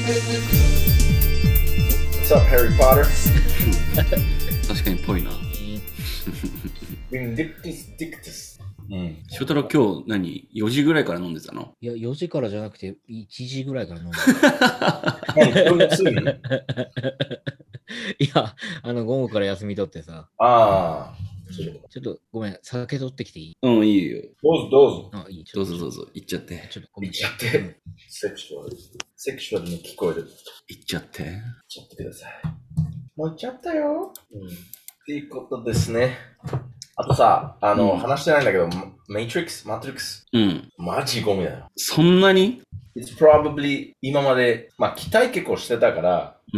What's up, Harry Potter? 確かにぽいな。 Vindictus. 翔太郎今日何 ?4 時ぐらいから飲んでたの？ いや、4時からじゃなくて、1時ぐらいから飲んで何これすぐにいや、午後から休み取ってさ。 ああ、 ちょっとごめん、酒取ってきていい？ うん、いいよ。 どうぞどうぞ。 あ、いい。 どうぞどうぞ、行っちゃって。 ちょっとごめん。 行っちゃって。セクシュアルに聞こえる。 行っちゃって。 行っちゃってください。もう行っちゃったよ。っていうことですね。あとさ、話してないんだけど、マトリックス。 うん。 マジゴミだよ。 そんなに？ It's probably 今まで、期待結構してたから、 うん。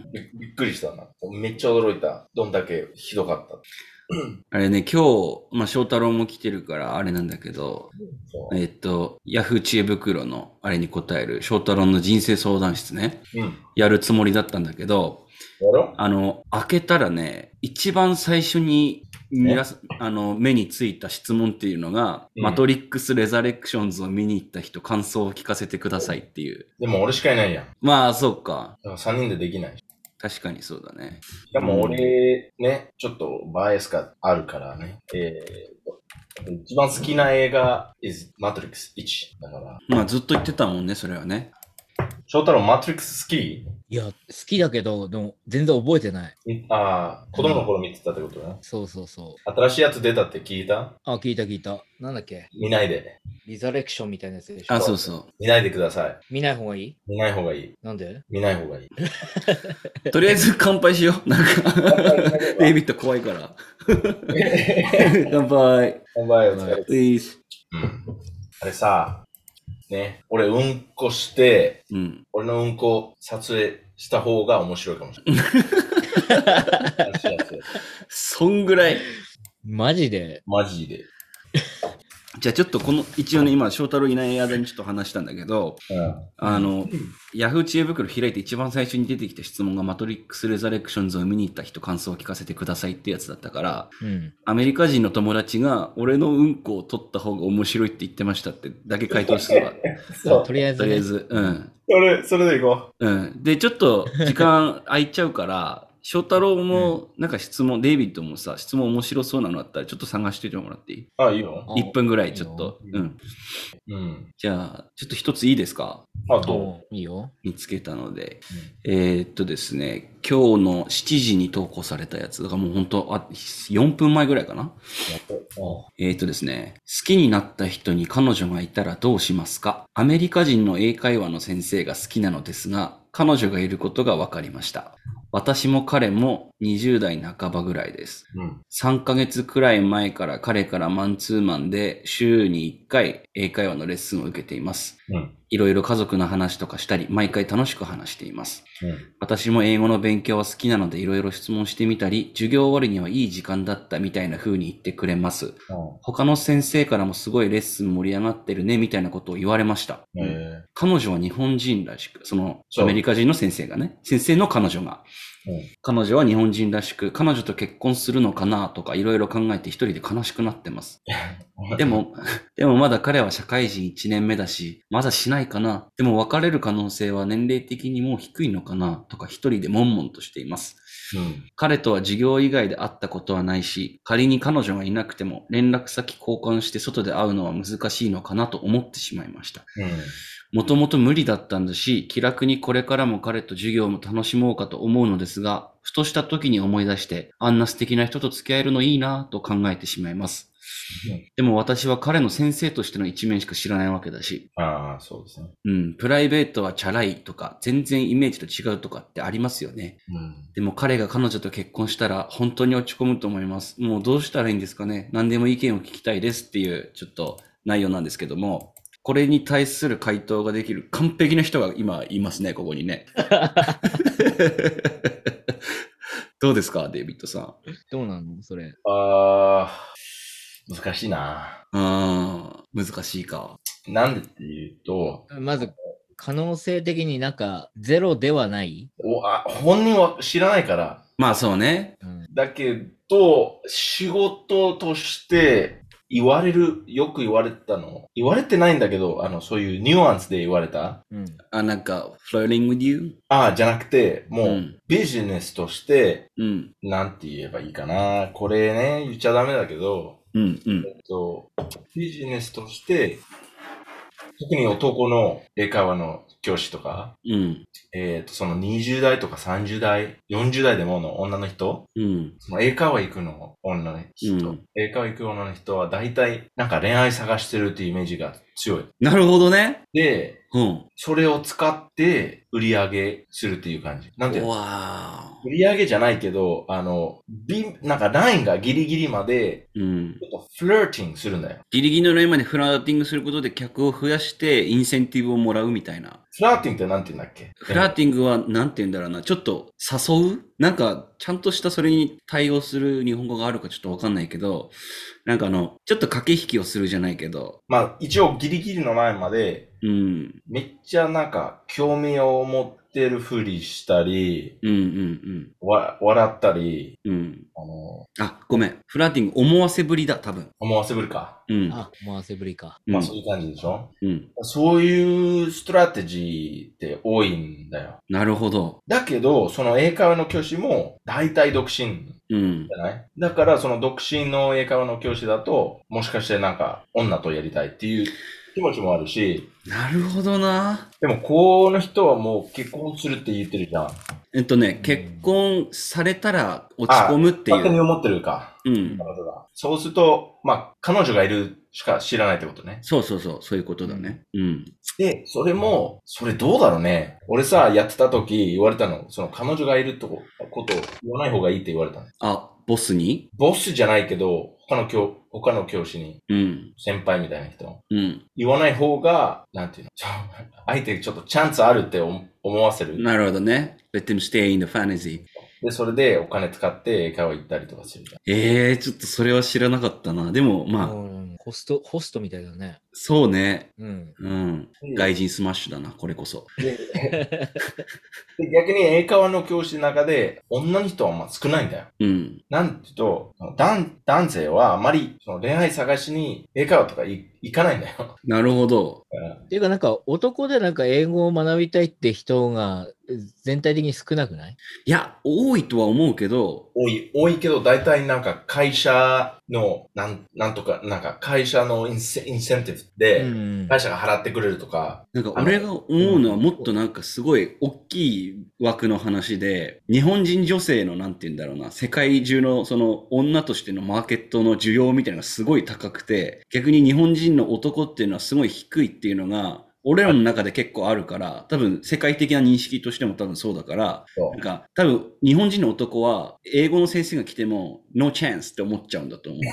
びっくりしたな。めっちゃ驚いた。どんだけひどかった。 あれね、今日、翔太郎も来てるからあれなんだけど、ヤフー知恵袋のあれに答える翔太郎の人生相談室ね、やるつもりだったんだけど、開けたらね、一番最初に目についた質問っていうのが、マトリックス・レザレクションズを見に行った人、感想を聞かせてくださいっていう。 でも俺しかいないやん。 まあ、そうか。 3人でできない。 確かにそうだね。 しかも俺ね、ちょっとバイアスがあるからね。一番好きな映画 is マトリックス1だから。 まあずっと言ってたもんね、それはね。 翔太郎マトリックス好き？ いや、好きだけど、でも全然覚えてない。 子供の頃見てたってことね。 そうそうそう。 新しいやつ出たって聞いた？ 聞いた。なんだっけ？ 見ないで。 リザレクションみたいなやつでしょ？ あ、そうそう。 見ないでください。 見ない方がいい？ 見ない方がいい。 なんで？ 見ない方がいい。 とりあえず乾杯しよう。なんか、デイビッド怖いから。乾杯。 乾杯、お疲れ。あれさ、ね、俺うんこして、俺のうんこ撮影した方が面白いかもしれない。 そんぐらい。 マジで。 じゃあちょっと一応ね、今、翔太郎いない間にちょっと話したんだけど、ヤフー知恵袋開いて一番最初に出てきた質問がマトリックス・レザレクションズを見に行った人感想を聞かせてくださいってやつだったから、アメリカ人の友達が俺のうんこを取った方が面白いって言ってましたってだけ回答してた。 そう、とりあえず、 それでいこう。で、ちょっと時間空いちゃうから、翔太郎も、なんかデイビッドもさ、質問面白そうなのあったら、ちょっと探しててもらっていい？ あ、いいよ。 1分ぐらい、ちょっと。じゃあ、ちょっと一ついいですか？ どう？いいよ。 見つけたので。ですね、今日の7時に投稿されたやつ。だからもう本当、4分前ぐらいかな？ですね、好きになった人に彼女がいたらどうしますか？アメリカ人の英会話の先生が好きなのですが、彼女がいることが分かりました。私も彼も20代半ばぐらいです。3ヶ月くらい前から彼からマンツーマンで週に1回英会話のレッスンを受けています。いろいろ家族の話とかしたり、毎回楽しく話しています。私も英語の勉強は好きなのでいろいろ質問してみたり、授業終わりにはいい時間だったみたいな風に言ってくれます。他の先生からもすごいレッスン盛り上がってるねみたいなことを言われました。彼女は日本人らしく、そのアメリカ人の先生がね、先生の彼女が。彼女は日本人らしく、彼女と結婚するのかなとかいろいろ考えて一人で悲しくなってます。でもまだ彼は社会人1年目だし、まだしないかな。でも別れる可能性は年齢的にもう低いのかなとか一人で悶々としています。彼とは授業以外で会ったことはないし、仮に彼女がいなくても連絡先交換して外で会うのは難しいのかなと思ってしまいました。もともと無理だったんだし、気楽にこれからも彼と授業も楽しもうかと思うのですが、ふとした時に思い出して、あんな素敵な人と付き合えるのいいなと考えてしまいます。でも私は彼の先生としての一面しか知らないわけだし。 そうですね。 プライベートはチャラいとか、全然イメージと違うとかってありますよね。でも彼が彼女と結婚したら本当に落ち込むと思います。もうどうしたらいいんですかね。何でも意見を聞きたいですっていうちょっと内容なんですけども、これに対する回答ができる完璧な人が今いますね、ここにね。どうですか、デイビッドさん。 どうなのそれ。 難しいな。 難しいか。 なんでっていうと、 まず、可能性的になんかゼロではない？ 本人は知らないから。 まあそうね。 だけど、仕事としてよく言われたの。言われてないんだけど、そういうニュアンスで言われた。 なんか、flirting with you? じゃなくて、もう、ビジネスとして、なんて言えばいいかな。これね、言っちゃダメだけど、ビジネスとして、特に男の英会話の教師とか、その20代とか30代、40代でもの女の人、その英会話行くの女の人、英会話行く女の人は大体なんか恋愛探してるっていうイメージが強い。 なるほどね。 で、それを使って売り上げするっていう感じ。なんていうの？売り上げじゃないけど、なんかラインがギリギリまで、ちょっとフラーティングするんだよ。 ギリギリのラインまでフラーティングすることで客を増やしてインセンティブをもらうみたいな。 フラーティングってなんて言うんだっけ？ フラーティングはなんて言うんだろうな。ちょっと誘う？なんか、ちゃんとしたそれに対応する日本語があるかちょっとわかんないけど、なんかちょっと駆け引きをするじゃないけど。 一応ギリギリのラインまで、めっちゃなんか興味を持ってるふりしたり、笑ったり、 ごめん。フラーティング思わせぶりだ、多分。 思わせぶりか。 思わせぶりか。 そういう感じでしょ？そういうストラテジーって多いんだよ。 なるほど。 だけど、その英会話の教師も大体独身じゃない？だからその独身の英会話の教師だと、もしかしてなんか女とやりたいっていう気持ちもあるし。 なるほどな。 でも、この人はもう結婚するって言ってるじゃん。 結婚されたら落ち込むっていう。 勝手に思ってるか。そうすると、彼女がいるしか知らないってことね。 そういうことだね。 で、それどうだろうね。俺さ、やってた時言われたの、その彼女がいるってことを言わない方がいいって言われたの。 ボスに？ ボスじゃないけど、他の教師に、先輩みたいな人、言わない方が、なんていうの、相手ちょっとチャンスあるって思わせる。 なるほどね。Let them stay in the fantasy. で、それでお金使って英会話行ったりとかするじゃん。ちょっとそれは知らなかったな。でも、 ホストみたいだね。 そうね。外人スマッシュだな、これこそ。 で逆に英会話の教師の中で、女の人は少ないんだよ。なんていうと、男性はあまりその恋愛探しに英会話とか行かないんだよ。 なるほど。 っていうかなんか男でなんか英語を学びたいって人が全体的に少なくない？ いや、多いとは思うけど。 多いけど、大体なんか会社の、なんとか、なんか会社のインセンティブで、会社が払ってくれるとか。 なんか俺が思うのはもっとなんかすごい大きい枠の話で、日本人女性のなんて言うんだろうな、世界中のその女としてのマーケットの需要みたいなのがすごい高くて、逆に日本人の男っていうのはすごい低いっていうのが、俺らの中で結構あるから、多分世界的な認識としても多分そうだから、なんか多分日本人の男は英語の先生が来ても no chance って思っちゃうんだと思う。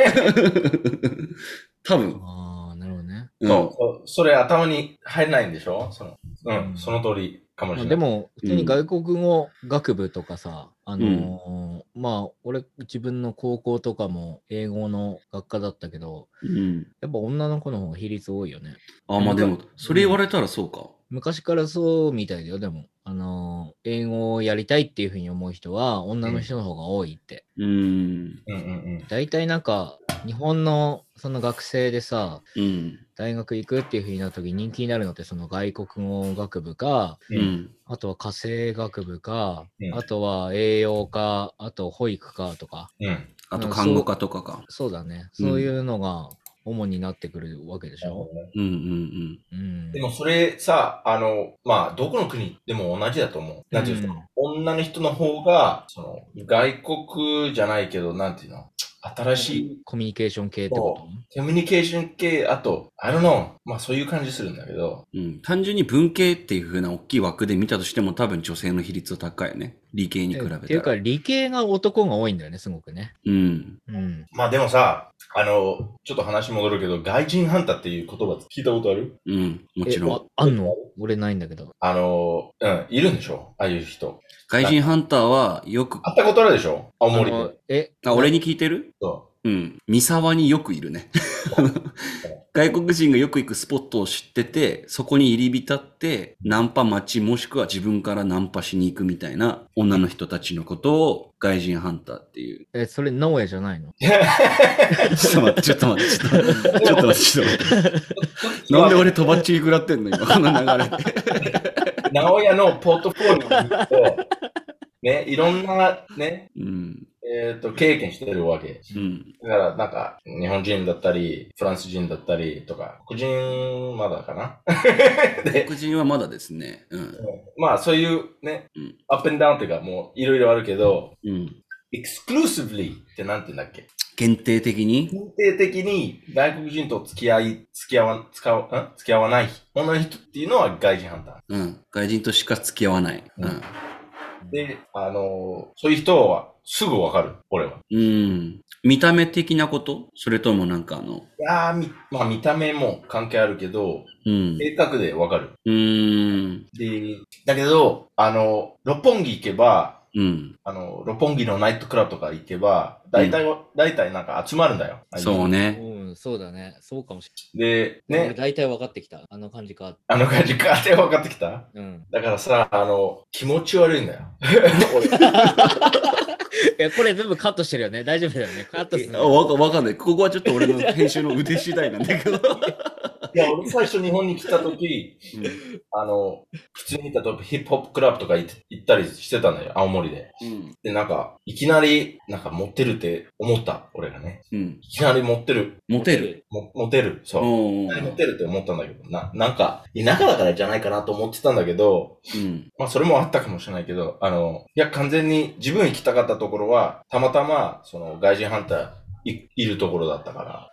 多分。 なるほどね。 それ頭に入らないんでしょ？その通りかもしれない。 でも、普通に外国語学部とかさ、俺、自分の高校とかも英語の学科だったけど、やっぱ女の子の方が比率多いよね。 でも、それ言われたらそうか。 昔からそうみたいだよ、でも。英語をやりたいっていうふうに思う人は、女の人の方が多いって。大体なんか、日本のその学生でさ、大学行くっていうふうになった時人気になるのってその外国語学部か、あとは家政学部か、あとは栄養科、あと保育科とか。 あと看護科とかか。 そうだね。そういうのが主になってくるわけでしょ。 でもそれさ、どこの国でも同じだと思う。なんていうの、女の人の方が、その、外国じゃないけど、なんていうの、新しい。 コミュニケーション系ってこと？ コミュニケーション系、あと、I don't know。そういう感じするんだけど。 単純に文系っていう風な大きい枠で見たとしても多分女性の比率は高いよね。理系に比べたら。 っていうか理系が男が多いんだよね、すごくね。 でもさ、ちょっと話戻るけど、外人ハンターっていう言葉聞いたことある？ もちろん。 あんの？俺ないんだけど。 いるんでしょ？ああいう人。 外人ハンターはよく。 会ったことあるでしょ？青森で。 俺に聞いてる？ そうん。三沢によくいるね。外国人がよく行くスポットを知ってて、そこに入り浸って、ナンパ待ちもしくは自分からナンパしに行くみたいな女の人たちのことを外人ハンターっていう。 それ名古屋じゃないの？ ちょっと待って、ちょっと待って。なんで俺とばっちり食らってんの今、この流れで。 名古屋のポートフォリオを見ると、ね、いろんなね、経験してるわけ。だから、なんか、日本人だったり、フランス人だったりとか、黒人まだかな黒人はまだですね。 まあ、そういうね、アップンダウンっていうか、もういろいろあるけど、エクスクルーシブリーってなんて言うんだっけ？ 限定的に外国人と付き合わない女の人っていうのは外人ハンター。外人としか付き合わない。 で、そういう人はすぐわかる、俺は。 見た目的なこと？それともなんかまあ見た目も関係あるけど、性格でわかる。で、だけど、六本木行けば、六本木のナイトクラブとか行けば、大体なんか集まるんだよ。 そうね。 そうだね。そうかもしれない。で、ね。 俺大体分かってきた。あの感じかって分かってきた？だからさ、気持ち悪いんだよ。 いや、これ全部カットしてるよね。大丈夫だよね。カットする。 わかんない。ここはちょっと俺の編集の腕次第なんだけど。 いや、俺最初日本に来た時、普通に行ったとヒップホップクラブとか行ったりしてたんだよ、青森で。で、なんか、いきなり、なんか持ってるって思った、俺がね。いきなり持ってる。 持てる、 そう。持てるって思ったんだけど、なんか、田舎だからじゃないかなと思ってたんだけど、まあ、それもあったかもしれないけど、いや、完全に自分行きたかったところは、たまたま、その、外人ハンター、いるところだったから、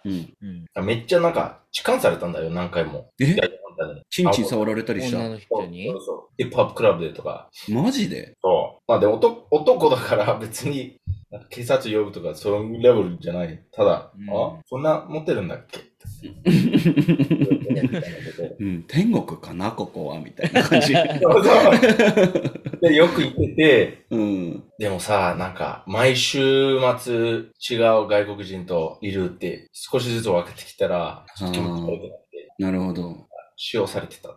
めっちゃなんか、痴漢されたんだよ、何回も。 チンチン触られたりした。 女の人に？ そう。ヒップホップクラブでとか。 マジで？ そう。まあで、男だから別に、警察呼ぶとか、そういうレベルじゃない。ただ、そんな持ってるんだっけ天国かな、ここはみたいな感じ。 でよく行ってて、でもさ、なんか、毎週末違う外国人といるって、少しずつ分かってきたら、気持ち悪くなって。 なるほど。 使用されてたって。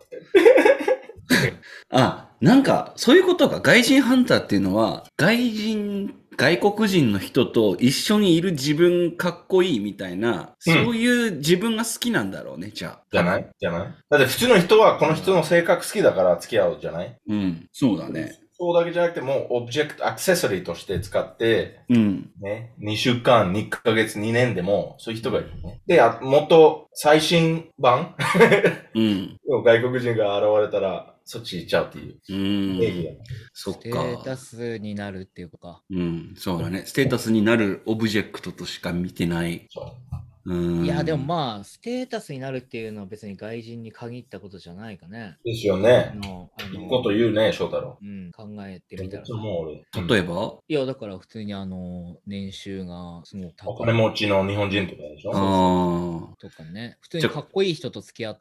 なんか、そういうことか。外人ハンターっていうのは、外国人の人と一緒にいる自分かっこいいみたいな、そういう自分が好きなんだろうね、じゃあ。 じゃないだって普通の人はこの人の性格好きだから付き合うじゃない？ そうだね。 そうだけじゃなくても、オブジェクト、アクセサリーとして使って、ね、2週間、2ヶ月、2年でも、そういう人がいるね。で、もっと最新版外国人が現れたら、そっち行っちゃうっていう。 そっか。 ステータスになるっていうか。 そうだね。ステータスになるオブジェクトとしか見てない。 いや、でもまあ、ステータスになるっていうのは別に外人に限ったことじゃないかね。 ですよね。いいこと言うね、翔太郎。 考えてみたら。 例えば？ いや、だから普通に年収がすごく高い。 お金持ちの日本人とかでしょ？ とかね。普通にかっこいい人と付き合って、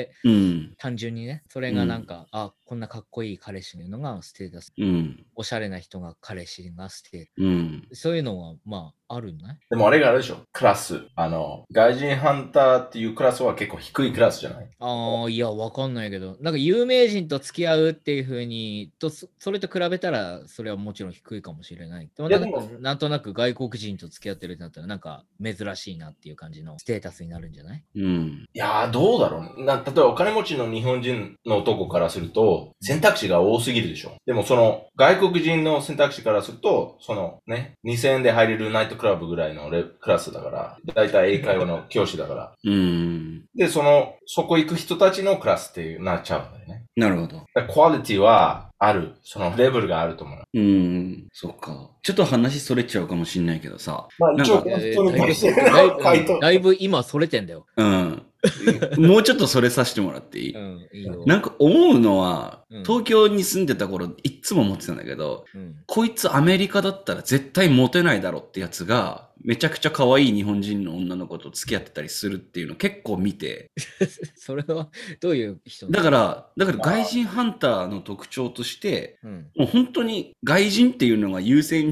単純にね、それがなんか、こんなかっこいい彼氏のがステータス。おしゃれな人が彼氏がステータス。そういうのは、まあ、あるんない？ でもあれがあるでしょ？クラス。外人ハンターっていうクラスは結構低いクラスじゃない？ いや、わかんないけど、なんか有名人と付き合うっていう風に、それと比べたら、それはもちろん低いかもしれない。でもなんとなく外国人と付き合ってるってなったら、なんか珍しいなっていう感じのステータスになるんじゃない？ いやー、どうだろう。例えばお金持ちの日本人の男からすると、選択肢が多すぎるでしょ。でもその、外国人の選択肢からすると、そのね、2000円で入れるナイトクラブぐらいのクラスだから、だいたい英会話の教師だから。で、そこ行く人たちのクラスってなっちゃうんだよね。 なるほど。 クオリティはある。そのレベルがあると思う。 そっか。ちょっと話それちゃうかもしんないけどさ。 まあ一応、 だいぶ今それてんだよ。 もうちょっとそれさせてもらっていい？ いいよ。 なんか思うのは、東京に住んでた頃、いっつも思ってたんだけど、こいつアメリカだったら絶対モテないだろってやつが、めちゃくちゃ可愛い日本人の女の子と付き合ってたりするっていうの結構見て。 それはどういう人？ だから外人ハンターの特徴として、もう本当に外人っていうのが優先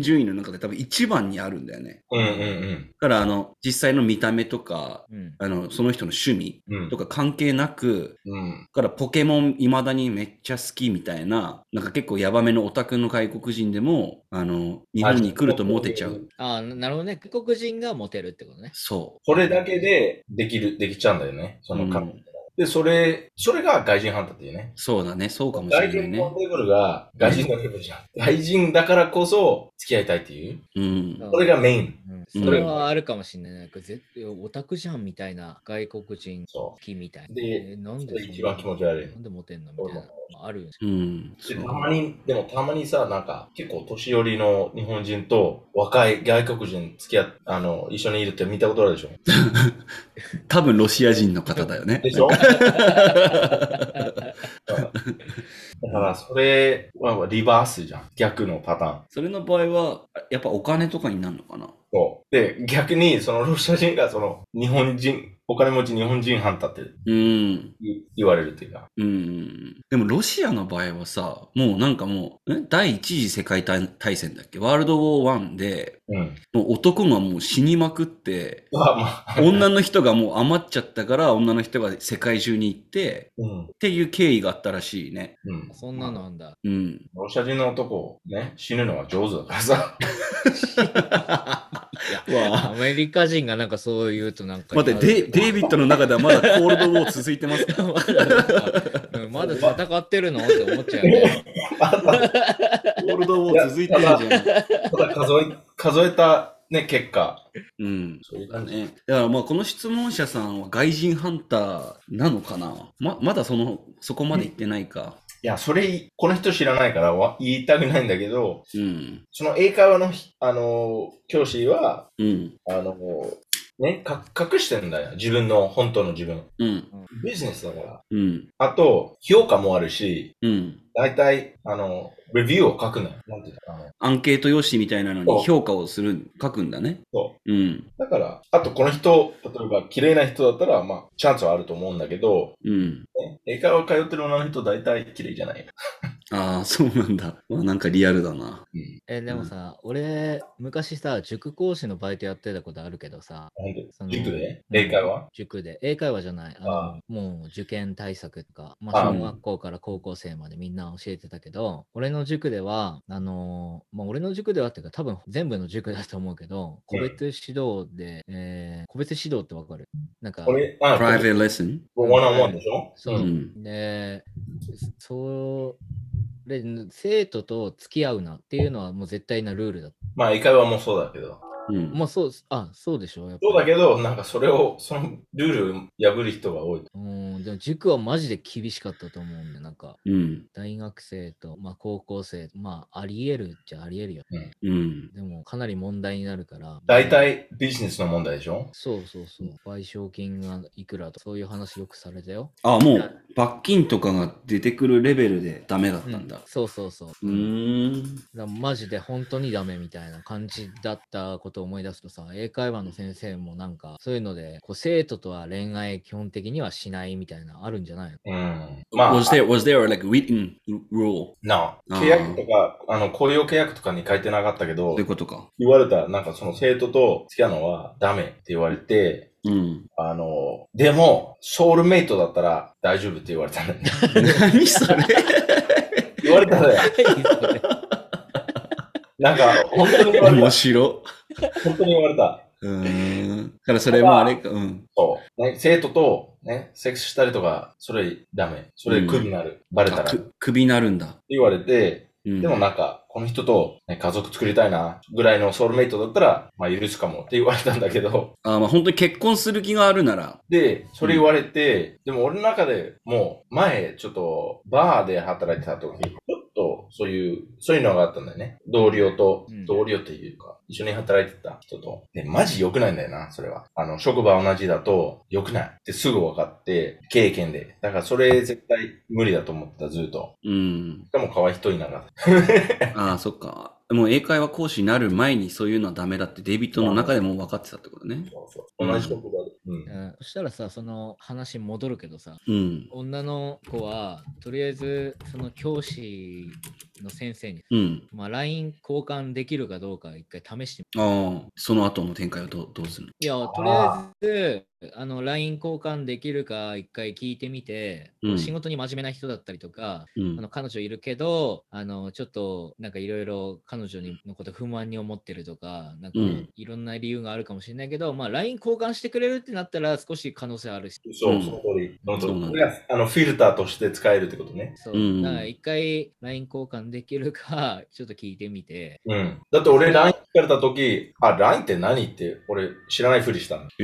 順位の中で多分一番にあるんだよね。 うんうんうん。 だから実際の見た目とか、その人の趣味とか関係なく、だからポケモン未だにめっちゃ好きみたいな、なんか結構ヤバめのオタクの外国人でも、日本に来るとモテちゃう。 ああ、なるほどね。外国人がモテるってことね。 そう。 それだけでできちゃうんだよね。そので、それが外人ハンターっていうね。 そうだね。そうかもしれないね。 外人のレベルが外人のレベルじゃん。外人だからこそ付き合いたいっていう。それがメイン。 それはあるかもしれない。なんかオタクじゃんみたいな外国人好きみたいな。 で、 なんで一番気持ち悪い。 なんでモテんのみたいな。あるんですよ。 たまにさ、なんか結構年寄りの日本人と若い外国人付き合一緒にいるって見たことあるでしょ多分ロシア人の方だよね。 でしょだからそれはリバースじゃん。逆のパターン。 それの場合は、やっぱお金とかになるのかな？ そう。で、逆にそのロシア人がその日本人、お金持ち日本人ハンターって言われるっていうか。 でもロシアの場合はさ、もうなんか第一次世界大戦だっけ？ワールドウォー1で、もう男がもう死にまくって、女の人がもう余っちゃったから女の人が世界中に行って、っていう経緯があったらしいね。 そんなのあんだ。 ロシア人の男ね、死ぬのが上手だからさ。 アメリカ人がなんかそう言うとなんか。 待って、デイビッドの中ではまだコールドウォー続いてますか？ まだ戦ってるのって思っちゃうね。 コールドウォー続いてるじゃん。 数えたね、結果。 そういう感じね。だからこの質問者さんは外人ハンターなのかな？まだそこまで行ってないか。 いや、この人知らないから言いたくないんだけど、その英会話の、教師は、ね、隠してるんだよ。自分の、本当の自分。ビジネスだから。あと、評価もあるし、大体、レビューを書くのよ。なんていうかアンケート用紙みたいなのに評価を書くんだね。 そう。だから、あとこの人、例えば綺麗な人だったら、チャンスはあると思うんだけど、英会話通ってる女の人大体綺麗じゃない。 ああ、そうなんだ。なんかリアルだな。 でもさ、俺、昔さ、塾講師のバイトやってたことあるけどさ。 塾で英会話塾で。英会話じゃない。もう受験対策とか、小学校から高校生までみんな教えてたけど、俺の塾では、俺の塾ではっていうか、多分全部の塾だと思うけど、個別指導で、個別指導ってわかる？なんか、 プライベートレッスン？ ワンオンワンでしょ？ そう。で、生徒と付き合うなっていうのはもう絶対なルールだ。 英会話もそうだけど。 そうでしょ。 そうだけど、なんかそのルール破る人が多い。 でも塾はマジで厳しかったと思うんで、なんか、大学生と、高校生、あり得るっちゃあり得るよ。でも、かなり問題になるから。 大体ビジネスの問題でしょ？ そう。賠償金がいくらと、そういう話よくされたよ。 もう、罰金とかが出てくるレベルでダメだったんだ。 そう。マジで本当にダメみたいな感じだったことを思い出すとさ、英会話の先生もなんか、そういうので、生徒とは恋愛基本的にはしないみたいな、あるんじゃないの ？Was there like a written rule? No. 契約とか、雇用契約とかに書いてなかったけど、 そういうことか。 言われた、なんかその生徒と付き合うのはダメって言われて、でも、ソウルメイトだったら大丈夫って言われたんだよね。 何それ言われたね。なんか、本当に言われた。 面白。 本当に言われた。 だからそれもあれか。 そう。ね、生徒とね、セックスしたりとか、それダメ。それクビになる。バレたら。 クビになるんだ。って言われて、でもなんか、この人と、ね、家族作りたいな、ぐらいのソウルメイトだったら、許すかもって言われたんだけど。 本当に結婚する気があるなら。 で、それ言われて、でも俺の中でもう、前、ちょっと、バーで働いてた時、ちょっと、そういうのがあったんだよね。同僚っていうか、一緒に働いてた人と。で、マジ良くないんだよな、それは。職場同じだと良くないってすぐ分かって、経験で。だからそれ絶対無理だと思ってた、ずっと。しかも可愛い人いなかった。 そっか。もう英会話講師になる前にそういうのはダメだってデイビッドの中でも分かってたってことね。 そう同じ職場で。 そしたらさ、その話戻るけどさ、女の子はとりあえずその教師の先生に、 うん。 まあ、LINE 交換できるかどうか一回試してみああ、その後の展開はどうするの？ いや、とりあえず、LINE 交換できるか一回聞いてみて、仕事に真面目な人だったりとか、彼女いるけど、ちょっと、なんかいろいろ彼女のこと不満に思ってるとか、なんかいろんな理由があるかもしれないけど、まあ LINE 交換してくれるってなったら少し可能性あるし。 そう、その通り。これがフィルターとして使えるってことね。 そう。だから一回 LINE 交換できるか、ちょっと聞いてみて。 だって俺 LINE 聞かれたとき、LINE って何って俺知らないふりしたの。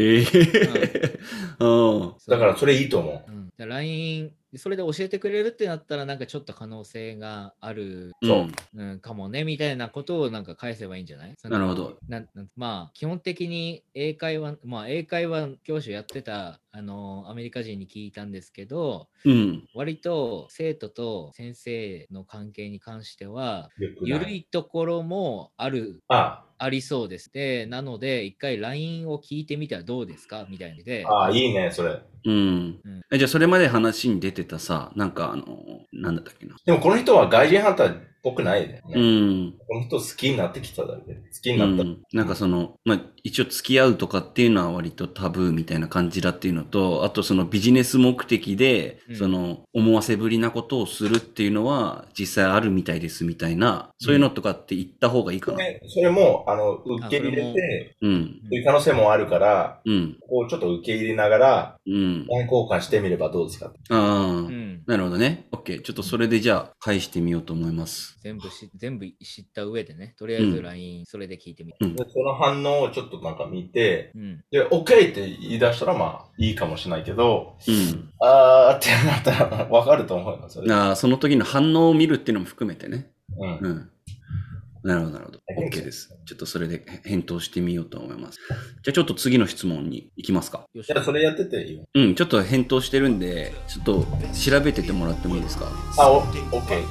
だからそれいいと思う。 LINE、それで教えてくれるってなったら、なんかちょっと可能性がある、かもね、みたいなことをなんか返せばいいんじゃない？ なるほど。 まあ、基本的に英会話教師をやってた、アメリカ人に聞いたんですけど、割と生徒と先生の関係に関しては、緩いところもありそうです。で、なので、一回 LINE を聞いてみたらどうですかみたいなので。 いいね、それ。 じゃあ、それまで話に出てたさ、なんかなんだったっけな。 でもこの人は外人ハンターっぽくないね。この人好きになってきただけ。好きになった。 なんかまあ、一応付き合うとかっていうのは割とタブーみたいな感じだっていうのと、あとそのビジネス目的で、思わせぶりなことをするっていうのは実際あるみたいですみたいな、そういうのとかって言った方がいいかな。 それも、受け入れて、そういう可能性もあるから、こうちょっと受け入れながら、LINE 交換してみればどうですか？ なるほどね。OK。ちょっとそれでじゃあ返してみようと思います。 全部知った上でね、とりあえず LINE それで聞いてみて。 その反応をちょっとなんか見て、で、OK って言い出したらまあいいかもしれないけど、ってなったらわかると思います。 その時の反応を見るっていうのも含めてね。なるほど、なるほど。OK です。ちょっとそれで返答してみようと思います。じゃあちょっと次の質問に行きますか。 じゃあそれやってていいよ。 ちょっと返答してるんで、ちょっと調べててもらってもいいですか？ OK。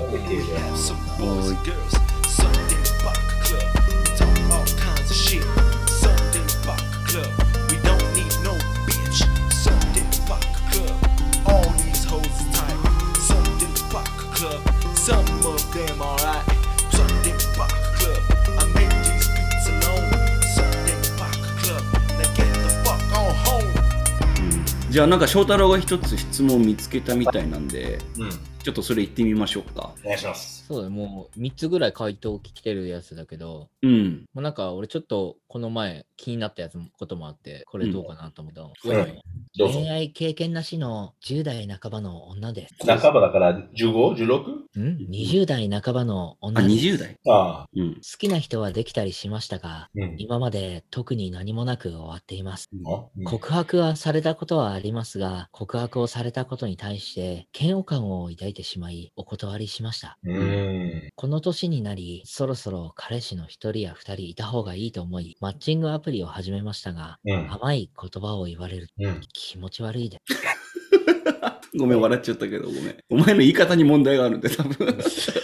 じゃあなんか翔太郎が一つ質問見つけたみたいなんで、ちょっとそれ言ってみましょうか。 お願いします。 そうだ、もう3つぐらい回答来てるやつだけど、なんか俺ちょっとこの前気になったこともあって、これどうかなと思ったの。恋愛経験なしの10代半ばの女です。 半ばだから 15?16? 20代半ばの女です。 20代好きな人はできたりしましたが、今まで特に何もなく終わっています。告白はされたことはありますが、告白をされたことに対して嫌悪感を抱いてしまい、お断りしました。この年になり、そろそろ彼氏の1人や2人いた方がいいと思い、マッチングアプリを始めましたが、甘い言葉を言われると気持ち悪いです。 ごめん、笑っちゃったけど、ごめん。お前の言い方に問題があるんで、多分。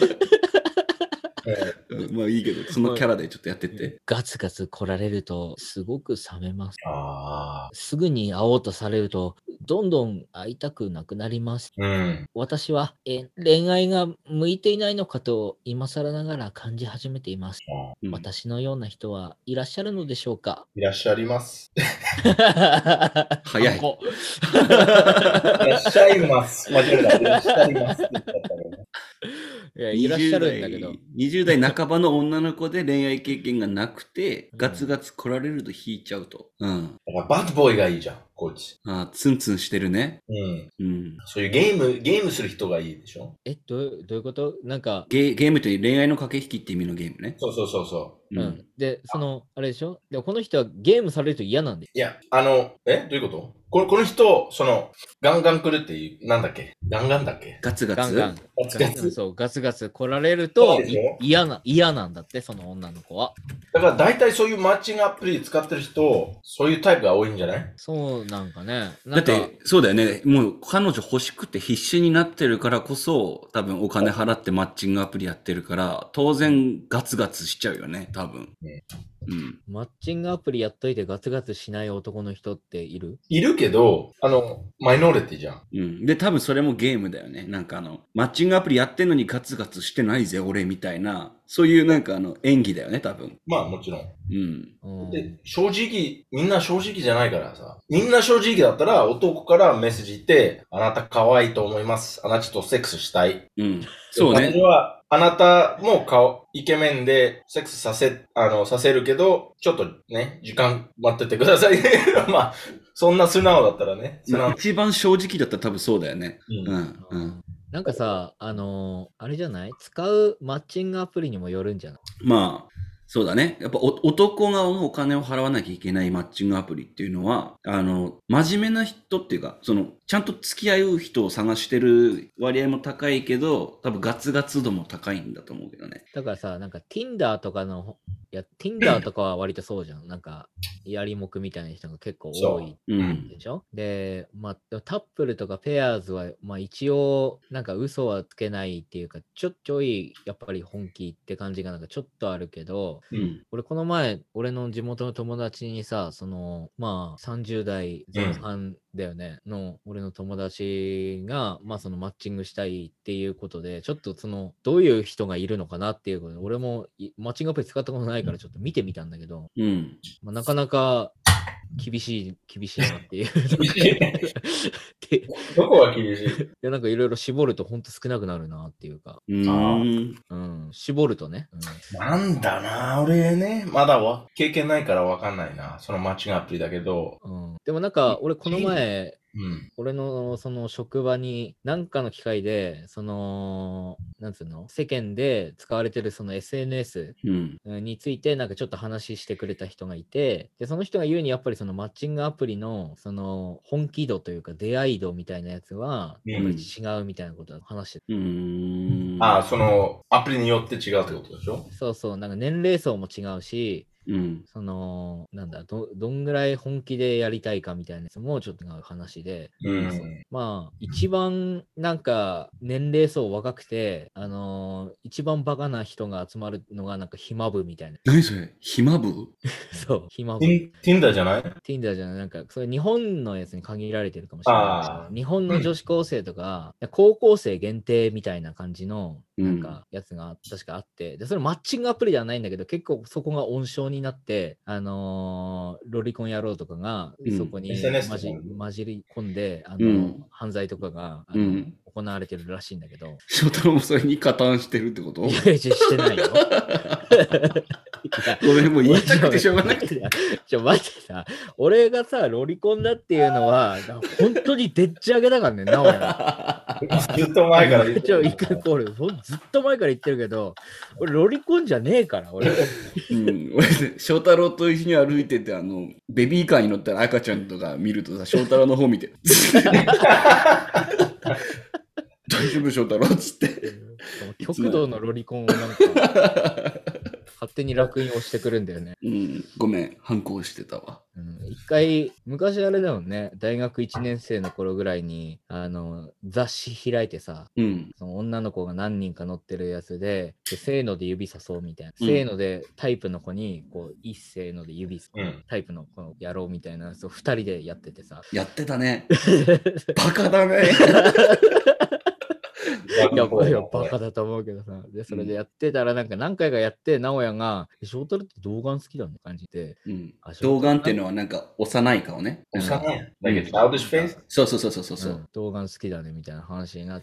まあいいけど、そのキャラでちょっとやってって。 ガツガツ来られると、すごく冷めます。すぐに会おうとされると、どんどん会いたくなくなります。私は恋愛が向いていないのかと今更ながら感じ始めています。私のような人はいらっしゃるのでしょうか？ いらっしゃいます。 早い。 いらっしゃいます。間違えた。いらっしゃいますって言っちゃったね。 いや、いらっしゃるんだけど。 20代半ばの女の子で恋愛経験がなくて、ガツガツ来られると引いちゃうと。 だからバッドボーイがいいじゃん、こいつ。 ツンツンしてるね。 そういうゲームする人がいいでしょ？ どういうことなんか。 ゲームという恋愛の駆け引きって意味のゲームね。 そう。 で、あれでしょ？でもこの人はゲームされると嫌なんで。 いや、どういうこと？この人、ガンガン来るっていう、なんだっけ？ガンガンだっけ？ ガツガツ？ そう、ガツガツ来られると嫌なんだって、その女の子は。 だから大体そういうマッチングアプリ使ってる人、そういうタイプが多いんじゃない？ そうなんかね。 だって、そうだよね。もう彼女欲しくて必死になってるからこそ、多分お金払ってマッチングアプリやってるから、当然ガツガツしちゃうよね、多分。 マッチングアプリやっといてガツガツしない男の人っているけど、マイノリティじゃん。 うん。で、多分それもゲームだよね。なんかマッチングアプリやってんのにガツガツしてないぜ、俺みたいな、そういうなんか演技だよね、多分。 まあもちろん。 うん。 で、正直、みんな正直じゃないからさ。みんな正直だったら男からメッセージって、あなた可愛いと思います。あなたとセックスしたい。 うん。そうね。 彼女は、あなたもイケメンでセックスさせるけど、ちょっとね、時間待っててくださいね。まあ、そんな素直だったらね。 一番正直だったら多分そうだよね。うん。 なんかさ、あれじゃない使うマッチングアプリにもよるんじゃない？ まあ、そうだね。やっぱ男がお金を払わなきゃいけないマッチングアプリっていうのは、真面目な人っていうか、ちゃんと付き合う人を探してる割合も高いけど、多分ガツガツ度も高いんだと思うけどね。 だからさ、なんか Tinder とかTinder とかは割とそうじゃん。なんか、やりもくみたいな人が結構多いでしょ、で、まあ、タップルとかペアーズは、まあ一応、なんか嘘はつけないっていうか、ちょい、やっぱり本気って感じがなんかちょっとあるけど、俺この前、俺の地元の友達にさ、まあ30代前半だよね、の俺の友達が、まあそのマッチングしたいっていうことで、ちょっとどういう人がいるのかなっていうことで、俺もマッチングアプリ使ったことないからちょっと見てみたんだけど、まあ、なかなか厳しいなっていう。 どこが厳しい？いや、なんかいろいろ絞るとほんと少なくなるなっていうか。絞るとね。 なんだな、俺ね、まだ経験ないからわかんないな。そのマッチングアプリだけど。 でもなんか、俺この前、俺のその職場に何かの機会で、なんつうの、世間で使われてるその SNS についてなんかちょっと話してくれた人がいて、で、その人が言うにやっぱりそのマッチングアプリのその本気度というか出会い度みたいなやつは、やっぱり違うみたいなことを話してた。そのアプリによって違うってことでしょ？ そうそう、なんか年齢層も違うし、なんだ、どんぐらい本気でやりたいかみたいなやつもちょっと話で、まあ、一番なんか年齢層若くて、一番バカな人が集まるのがなんか暇部みたいな。 何それ？暇部？ そう、暇部。 Tinder じゃない？ Tinder じゃない。なんか、それ日本のやつに限られてるかもしれないけど、日本の女子高生とか、高校生限定みたいな感じの、なんか、やつが確かあって、で、それマッチングアプリではないんだけど、結構そこが温床になって、ロリコン野郎とかが、そこに混じり込んで、犯罪とかが、行われてるらしいんだけど。 翔太郎もそれに加担してるってこと？ いや、してないよ。 ごめん、もう言いたくてしょうがなくて。 待ってさ、俺がさ、ロリコンだっていうのは、本当にでっち上げだからね、なおや。 ずっと前から言ってる。 ずっと前から言ってるけど、俺、ロリコンじゃねえから、俺。 俺、翔太郎と一緒に歩いてて、ベビーカーに乗ったら赤ちゃんとか見るとさ、翔太郎の方見て。大丈夫翔太郎っつって。 極度のロリコンをなんか、勝手に烙印をしてくるんだよね。 ごめん、反抗してたわ。 一回、昔あれだもんね、大学1年生の頃ぐらいに、雑誌開いてさ、その女の子が何人か載ってるやつで、せーので指さそうみたいな。せーのでタイプの子に、こう、一せーので指さそう、タイプの子のやろうみたいな、そう、2人でやっててさ。 やってたね。バカだね。 いや、バカだと思うけどさ。で、それでやってたら、なんか何回かやって、直哉が、翔太郎って童顔好きだね感じで。 童顔っていうのはなんか幼い顔ね。 幼い。Like a childish face? そう。 童顔好きだねみたいな話になって、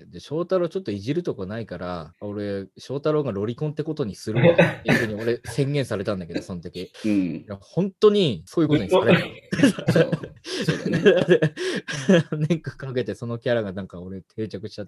で、翔太郎ちょっといじるとこないから、俺、翔太郎がロリコンってことにするわっていうふうに俺宣言されたんだけど、その時。いや本当にそういうことにされた。そうだね。年間かけてそのキャラがなんか俺定着しちゃって。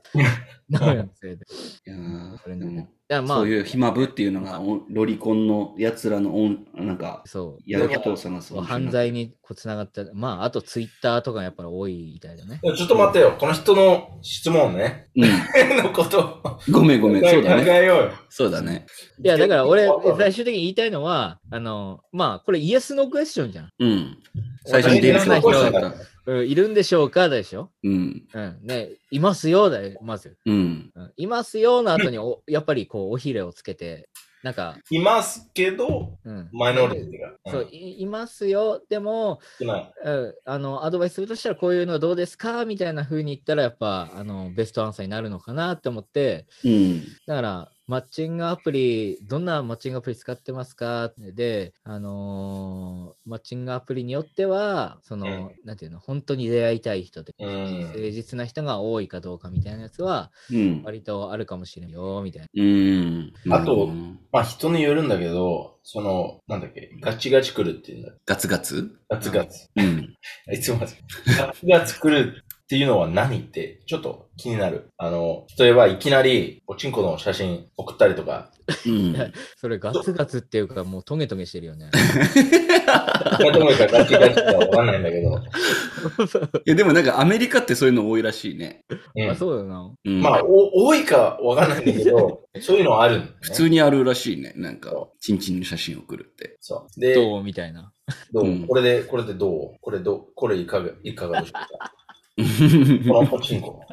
そういう暇部っていうのがロリコンのやつらのなんかやる人を探す犯罪につながった。まああとツイッターとかやっぱり多いみたいだね。 ちょっと待ってよ、この人の質問ね。のこと。 ごめん、そうだね。 考えようよ。 そうだね。 いやだから俺最終的に言いたいのはまあこれイエスノークエスチョンじゃん。 最初に出る人がいるんでしょうかでしょ。ね、いますよだよ、まず。いますよの後にやっぱりこう、おひれをつけて、 なんか、 いますけど、マイノリティが。 そう、いますよ。でも、アドバイスするとしたらこういうのはどうですかみたいな風に言ったら、やっぱ、ベストアンサーになるのかなって思って、だから、マッチングアプリ、どんなマッチングアプリ使ってますかで、マッチングアプリによっては、なんていうの、本当に出会いたい人で、誠実な人が多いかどうかみたいなやつは、割とあるかもしれないよ、みたいな。あと、まあ人によるんだけど、なんだっけ、ガチガチ来るっていうんだ。 ガツガツガツガツ。いつもガツガツ来るっていうのは何ってちょっと気になる。例えばいきなりおちんこの写真送ったりとか。 それガツガツっていうかもうトゲトゲしてるよね。 トゲかガチガチかわかんないんだけど。 いやでもなんかアメリカってそういうの多いらしいね。 あ、そうだな。 まあ多いかわかんないんだけど、そういうのあるんだね。 普通にあるらしいね。なんか、チンチンの写真送るって。 そう。で、どうみたいな。 どうこれでどうこれいかがでしょうかこのポチンコ。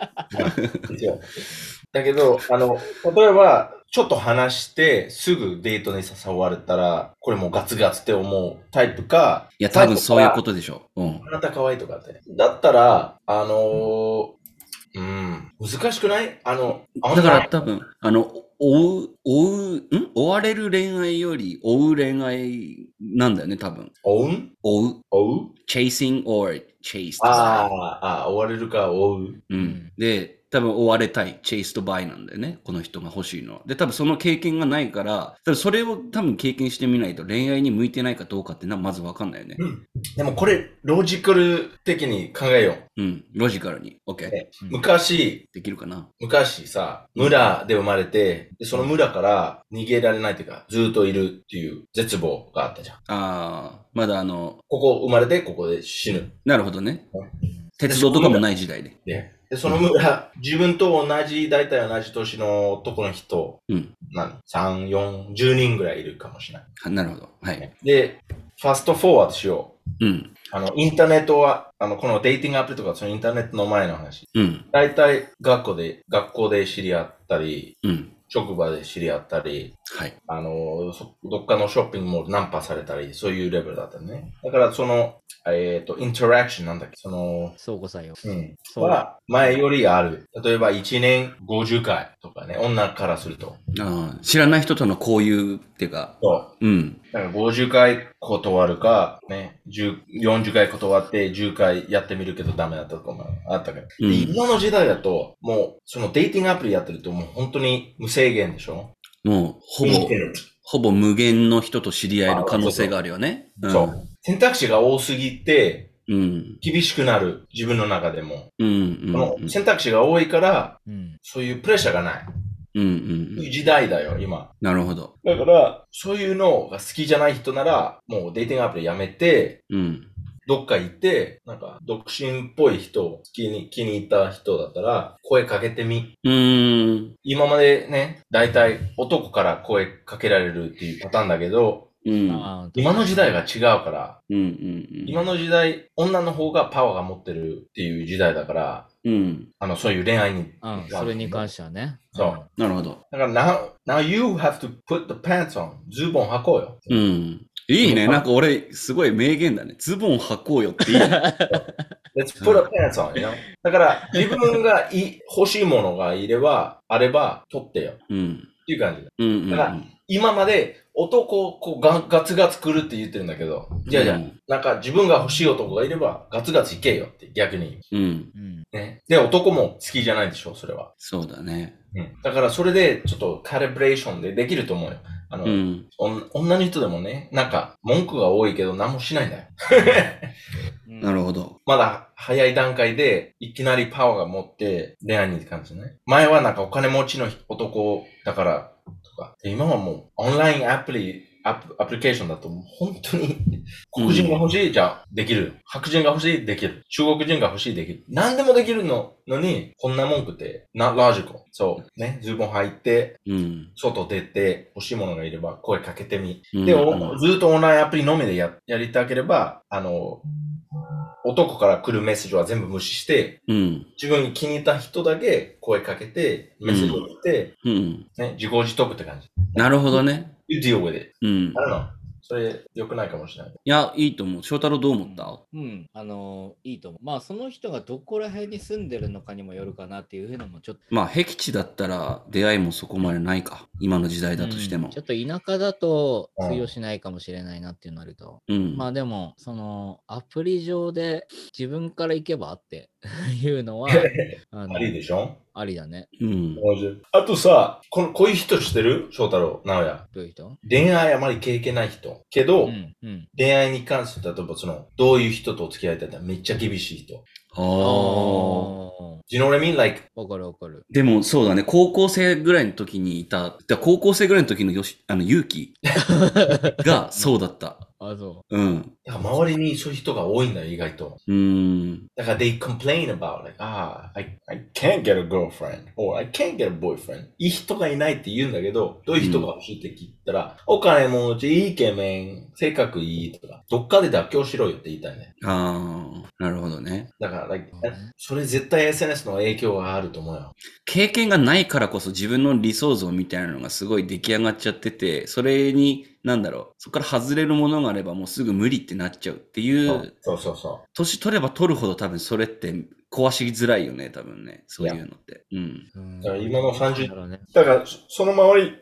だけど、例えば、ちょっと話して、すぐデートに誘われたら、これもうガツガツって思うタイプか。 いや、多分そういうことでしょ。 あなた可愛いとかって。だったら、難しくない？ だから多分、追われる恋愛より追う恋愛なんだよね、多分。 追う ?chasing or chase. 追われるか追う。 で、多分追われたい、チェイスとバイなんだよね、この人が欲しいのは。で、多分その経験がないから、多分それを多分経験してみないと恋愛に向いてないかどうかってまず分かんないよね。 でもこれ、ロジカル的に考えよう。ロジカルに。OK。 昔、 できるかな？ 昔さ、村で生まれて、でその村から逃げられないというか、ずっといるっていう絶望があったじゃん。 まだここ生まれて、ここで死ぬ。 なるほどね。鉄道とかもない時代で。 で、その村、自分と大体同じ年の男の人、3、4、10人ぐらいいるかもしれない。 なるほど。はい。 で、ファストフォワードしよう。インターネットは、このデーティングアプリとか、そのインターネットの前の話。大体、学校で知り合ったり、職場で知り合ったり、どっかのショッピングモールナンパされたり、そういうレベルだったね。だから、インタラクションなんだっけ相互作用。 は、前よりある。例えば、1年50回とかね、女からすると。 知らない人との交友っていうか。 そう。だから50回断るか、ね、40回断って10回やってみるけどダメだったとかもあったけど。今の時代だと、もう、そのデーティングアプリやってるともう本当に無制限でしょ？ もう、ほぼ無限の人と知り合える可能性があるよね。 そう。選択肢が多すぎて、厳しくなる。自分の中でも。選択肢が多いから、そういうプレッシャーがない。そういう時代だよ、今。 なるほど。 だから、そういうのが好きじゃない人なら、もうデーティングアプリやめて、どっか行って、なんか、独身っぽい人、気に入った人だったら、声かけてみ。今までね、だいたい男から声かけられるっていうパターンだけど、今の時代が違うから、今の時代、女の方がパワーが持ってるっていう時代だから、そういう恋愛に。 それに関してはね。 そう。なるほど。 だから、now you have to put the pants on. ズボン履こうよ。 いいね。なんか俺、すごい名言だね。ズボン履こうよっていいね。 Let's put a pants on, you know? だから、自分が欲しいものがあれば、取ってよ。っていう感じだ。だから、今まで男ガツガツ来るって言ってるんだけど、じゃあ、なんか自分が欲しい男がいれば、ガツガツ行けよって逆に。ね。で、男も好きじゃないでしょ、それは。 そうだね。 だから、それで、ちょっとカリブレーションでできると思うよ。女の人でもね、なんか、文句が多いけど何もしないんだよ。 なるほど。 まだ早い段階で、いきなりパワーが持って恋愛にって感じね。前はなんかお金持ちの男だから、とか。今はもう、オンラインアプリケーションだと、本当に、黒人が欲しいじゃできる。白人が欲しいできる。中国人が欲しいできる。何でもできるのに、こんな文句って、not logical。そう。ね。ズボン履いて、外出て、欲しいものがいれば声かけてみ。で、ずっとオンラインアプリのみでやりたければ、 男から来るメッセージは全部無視して、自分に気に入った人だけ声かけて、メッセージを送って、ね、自業自得って感じ。 なるほどね。 You deal with it. それ良くないかもしれない。いや、いいと思う。翔太郎どう思った？ いいと思う。まあ、その人がどこら辺に住んでるのかにもよるかなっていうのもちょっと。 まあ、僻地だったら出会いもそこまでないか。今の時代だとしても。 ちょっと田舎だと通用しないかもしれないなっていうのあると。まあでも、そのアプリ上で自分から行けばっていうのは、 ありでしょ？ ありだね。 あとさ、こういう人知ってる？翔太郎、直哉。 どういう人？ 恋愛あまり経験ない人。けど、恋愛に関して、例えばどういう人と付き合いたいってめっちゃ厳しい人。 Do you know what I mean? Like わかるわかる。 でもそうだね、高校生ぐらいの時にいた、高校生ぐらいの時の勇気がそうだった。 あ、そう。 だから周りにそういう人が多いんだよ、意外と。だから they complain about, like, I can't get a girlfriend, or I can't get a boyfriend. いい人がいないって言うんだけど、どういう人が欲しいって聞いたら、お金持ち、イケメン、性格いいとか、どっかで妥協しろよって言いたいね。 なるほどね。 だから、それ絶対 SNS の影響があると思うよ。 経験がないからこそ自分の理想像みたいなのがすごい出来上がっちゃってて、それに、そこから外れるものがあればもうすぐ無理ってなっちゃうっていう。 そう。 年取れば取るほど多分それって壊しづらいよね、多分ね。そういうのって。 だから今の30、だからその周り、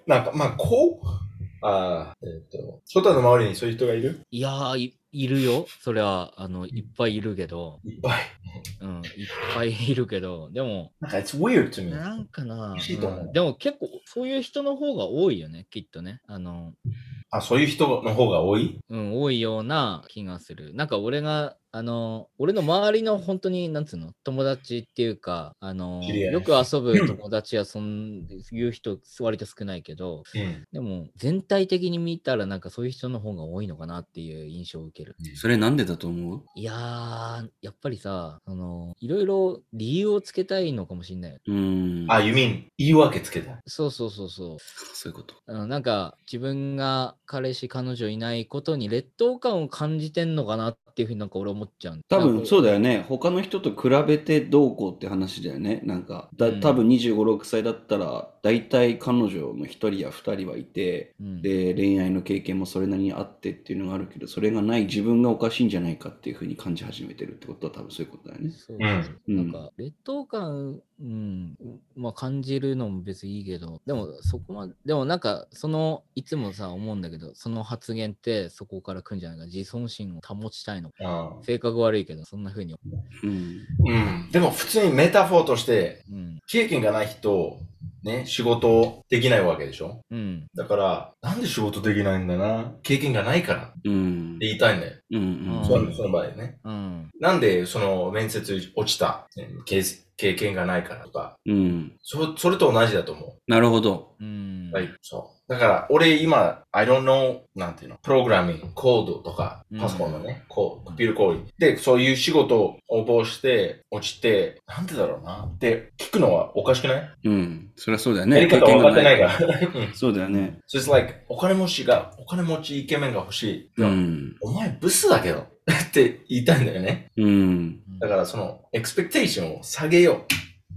翔太の周りにそういう人がいる？ いやー、いるよ。それは、いっぱいいるけど。 いっぱい。 いっぱいいるけど、でも、 it's weird to me. なんかな、でも結構そういう人の方が多いよね、きっとね。 そういう人の方が多い？ 多いような気がする。なんか俺の周りの本当に、友達っていうか、よく遊ぶ友達はそういう人割と少ないけど、でも全体的に見たらなんかそういう人の方が多いのかなっていう印象を受ける。 それなんでだと思う？ いやー、やっぱりさ、いろいろ理由をつけたいのかもしれない。 you mean 言い訳つけたい？ そう。 そういうこと。 なんか自分が彼氏彼女いないことに劣等感を感じてんのかなっていうふうになんか俺思っちゃう。 多分そうだよね。他の人と比べてどうこうって話だよね。多分25、6歳だったら大体彼女の1人や2人はいて、で恋愛の経験もそれなりにあってっていうのがあるけど、それがない自分がおかしいんじゃないかっていうふうに感じ始めてるってことは多分そういうことだよね。 なんか劣等感、感じるのも別にいいけど、でもそこまで、でもなんかいつもさ思うんだけど、その発言ってそこから来るんじゃないか。自尊心を保ちたいの。性格悪いけど、そんな風に。 でも普通にメタフォーとして、経験がない人、ね、仕事できないわけでしょ？だから、なんで仕事できないんだな？経験がないから。って言いたいんだよ。その場合ね。なんでその面接落ちた？経験がないからとか。それと同じだと思う。 なるほど。 そう。だから、俺今、I don't know、プログラミング、コードとか、パソコンのね、コンピューター行為。で、そういう仕事を応募して、落ちて、なんでだろうなって聞くのはおかしくない？ そりゃそうだよね。 やり方分かってないから。 そうだよね。 So it's like、お金持ちイケメンが欲しい。お前ブスだけどって言いたいんだよね。だからその、エクスペクテーションを下げよう。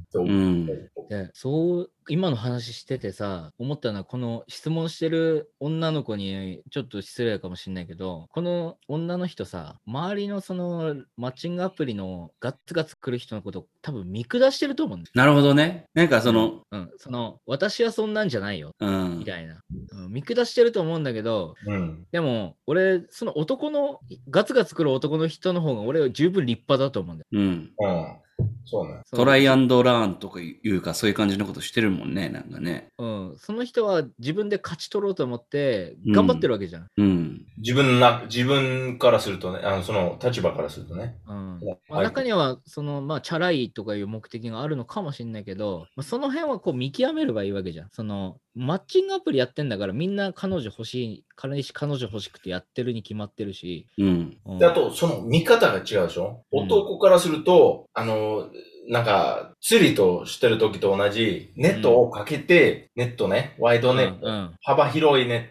今の話しててさ、思ったのはこの質問してる女の子にちょっと失礼かもしれないけど、この女の人さ、周りのそのマッチングアプリのガッツガツ来る人のこと多分見下してると思うんだ。 なるほどね。なんか私はそんなんじゃないよ。みたいな。見下してると思うんだけど、でも俺、そのガツガツ来る男の人の方が俺は十分立派だと思うんだよ。 そうね。 トライアンドラーンとかいうか、そういう感じのことしてるもんね、なんかね。 その人は自分で勝ち取ろうと思って頑張ってるわけじゃん。 自分からするとね、その立場からするとね。 中にはチャラいとかいう目的があるのかもしれないけど、その辺はこう見極めればいいわけじゃん。マッチングアプリやってんだからみんな彼女欲しくてやってるに決まってるし。 あと、その見方が違うでしょ？男からすると、釣りとしてる時と同じネットをかけて、ネットね、ワイドネット、幅広いネット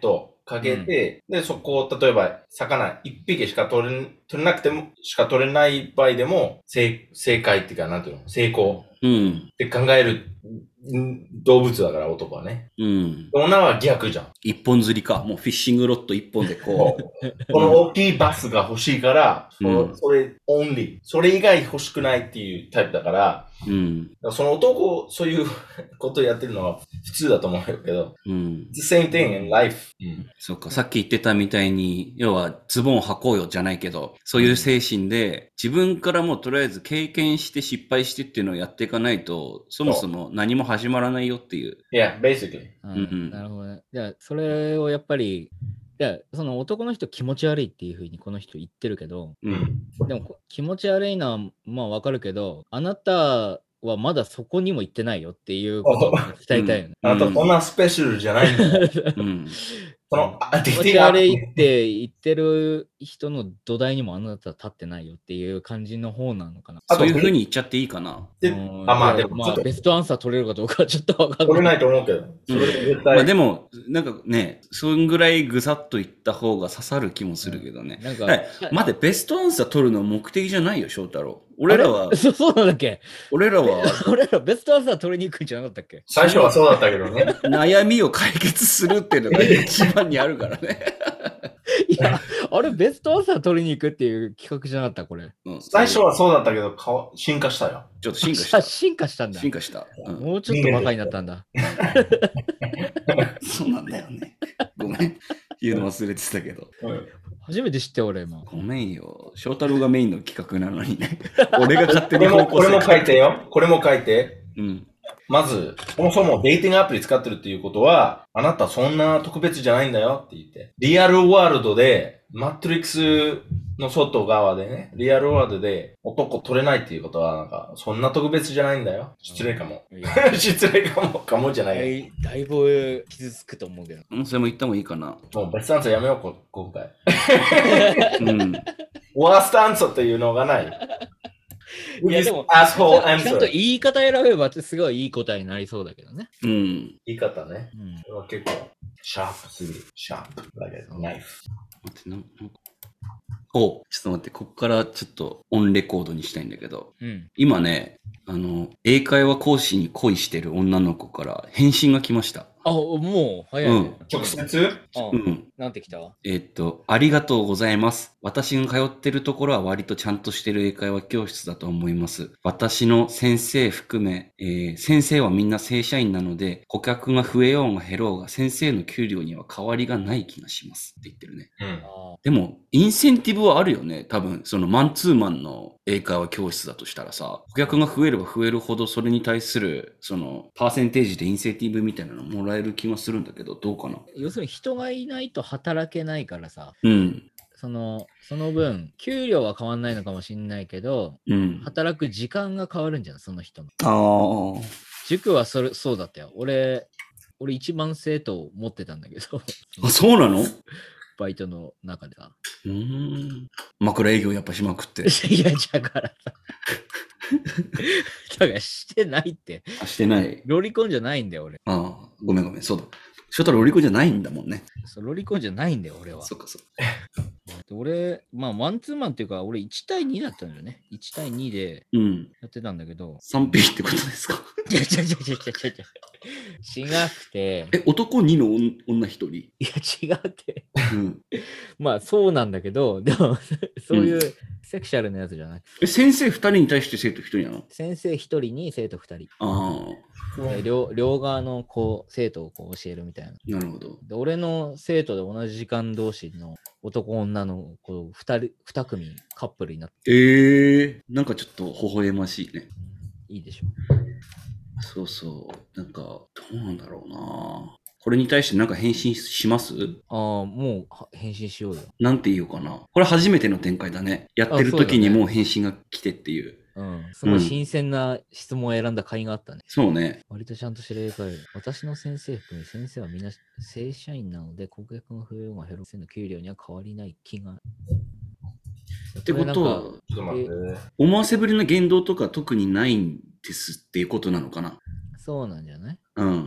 かけて、で、そこを、例えば、魚1匹しか取れなくても、しか取れない場合でも、正解っていうか、なんていうの、成功って考える動物だから、男はね。女は逆じゃん。 一本釣りか。もうフィッシングロッド一本でこう。この大きいバスが欲しいから、それ、オンリー。それ以外欲しくないっていうタイプだから、その男、そういうことをやってるのは普通だと思うけど、It's the same thing in life. そうか、さっき言ってたみたいに、要はズボンを履こうよじゃないけど、そういう精神で、自分からもうとりあえず経験して失敗してっていうのをやっていかないと、そもそも何も始まらないよっていう。 Yeah, basically. なるほどね。じゃあ、それをやっぱり、その男の人気持ち悪いっていうふうにこの人言ってるけど、でも気持ち悪いのはまあわかるけど、あなたはまだそこにも行ってないよっていうことを伝えたいよね。 あなたこんなスペシャルじゃないんだよ。 その気持ち悪いって言ってる人の土台にもあなたは立ってないよっていう感じの方なのかな。 そういう風に言っちゃっていいかな。 まあベストアンサー取れるかどうかはちょっとわかんない。 取れないと思うけど。それ絶対。 まあでも、なんかね、そんぐらいぐさっと言った方が刺さる気もするけどね。なんか、待って、ベストアンサー取るの目的じゃないよ、翔太郎。俺らは。 そうなんだっけ？ 俺らベストアンサー取りにくいんじゃなかったっけ？ 最初はそうだったけどね。 悩みを解決するっていうのが一番にあるからね。 いや、あれ、ベストアンサー取りに行くっていう企画じゃなかった、これ。 最初はそうだったけど、進化したよ。 ちょっと進化した。 進化したんだ。 進化した。 もうちょっとバカになったんだ。 そうなんだよね。ごめん。言うの忘れてたけど。 初めて知って俺今。 ごめんよ。翔太郎がメインの企画なのにね。俺が勝手に方向性。これも書いてよ。これも書いて。まず、そもそもデーティングアプリ使ってるっていうことは、あなたそんな特別じゃないんだよって言って。リアルワールドで、マトリックスの外側でね、リアルワールドで男取れないっていうことは、なんか、そんな特別じゃないんだよ。失礼かも。失礼かもじゃないよ。 だいぶ傷つくと思うけど。 それも言った方がいいかな。 もうベストアンサーやめよう、今回。ワーストアンサーっていうのがない。 いやでもちゃんと言い方選べばすごいいい答えになりそうだけどね。 言い方ね。それは結構、シャープすぎる。シャープ。like a knife。 待って、ちょっと待って、ここからちょっとオンレコードにしたいんだけど、今ね、英会話講師に恋してる女の子から返信が来ました。 もう早いね。 直接？ なんて来た？ ありがとうございます。私が通ってるところは割とちゃんとしてる英会話教室だと思います。私の先生含め、先生はみんな正社員なので、顧客が増えようが減ろうが先生の給料には変わりがない気がしますって言ってるね。でも、インセンティブはあるよね。多分、そのマンツーマンの英会話教室だとしたらさ、顧客が増えれば増えるほどそれに対する、その、パーセンテージでインセンティブみたいなのもらえる気がするんだけど、どうかな。 要するに人がいないと働けないからさ、その分、給料は変わんないのかもしれないけど、働く時間が変わるんじゃないその人の。塾はそうだったよ。俺一番生徒を持ってたんだけど。 そうなの？ バイトの中でさ。 枕営業やっぱしまくって。 いや、だからさ。だからしてないって。 してない。 ロリコンじゃないんだよ、俺。 ごめん、そうだ。翔太郎ロリコンじゃないんだもんね。 そう、ロリコンじゃないんだよ、俺は。 そっかそっか。 俺、マンツーマンっていうか、俺1対2だったんだよね。1対2でやってたんだけど。 3P ってことですか？ 違くて。 男2の女1人？いや、違って。まあ、そうなんだけど、でも、そういうセクシャルなやつじゃなくて。 先生2人に対して生徒1人なの？ 先生1人に生徒2人。両側の生徒を教えるみたいな。 なるほど。 で、俺の生徒で同じ時間同士の男女の2組カップルになって。 なんかちょっと微笑ましいね。 いいでしょ。 そうそう。なんか、どうなんだろうな。これに対してなんか返信します？ もう返信しようよ。 なんて言おうかな。これ初めての展開だね。やってる時にもう返信が来てっていう。 すごい新鮮な質問を選んだ甲斐があったね。 そうね。 割とちゃんと知れるから、私の先生含め先生はみんな正社員なので、顧客が増えようが減ろうがの給料には変わりない気が。 ってことは、思わせぶりな言動とか特にないんですっていうことなのかな。 そうなんじゃない？ そ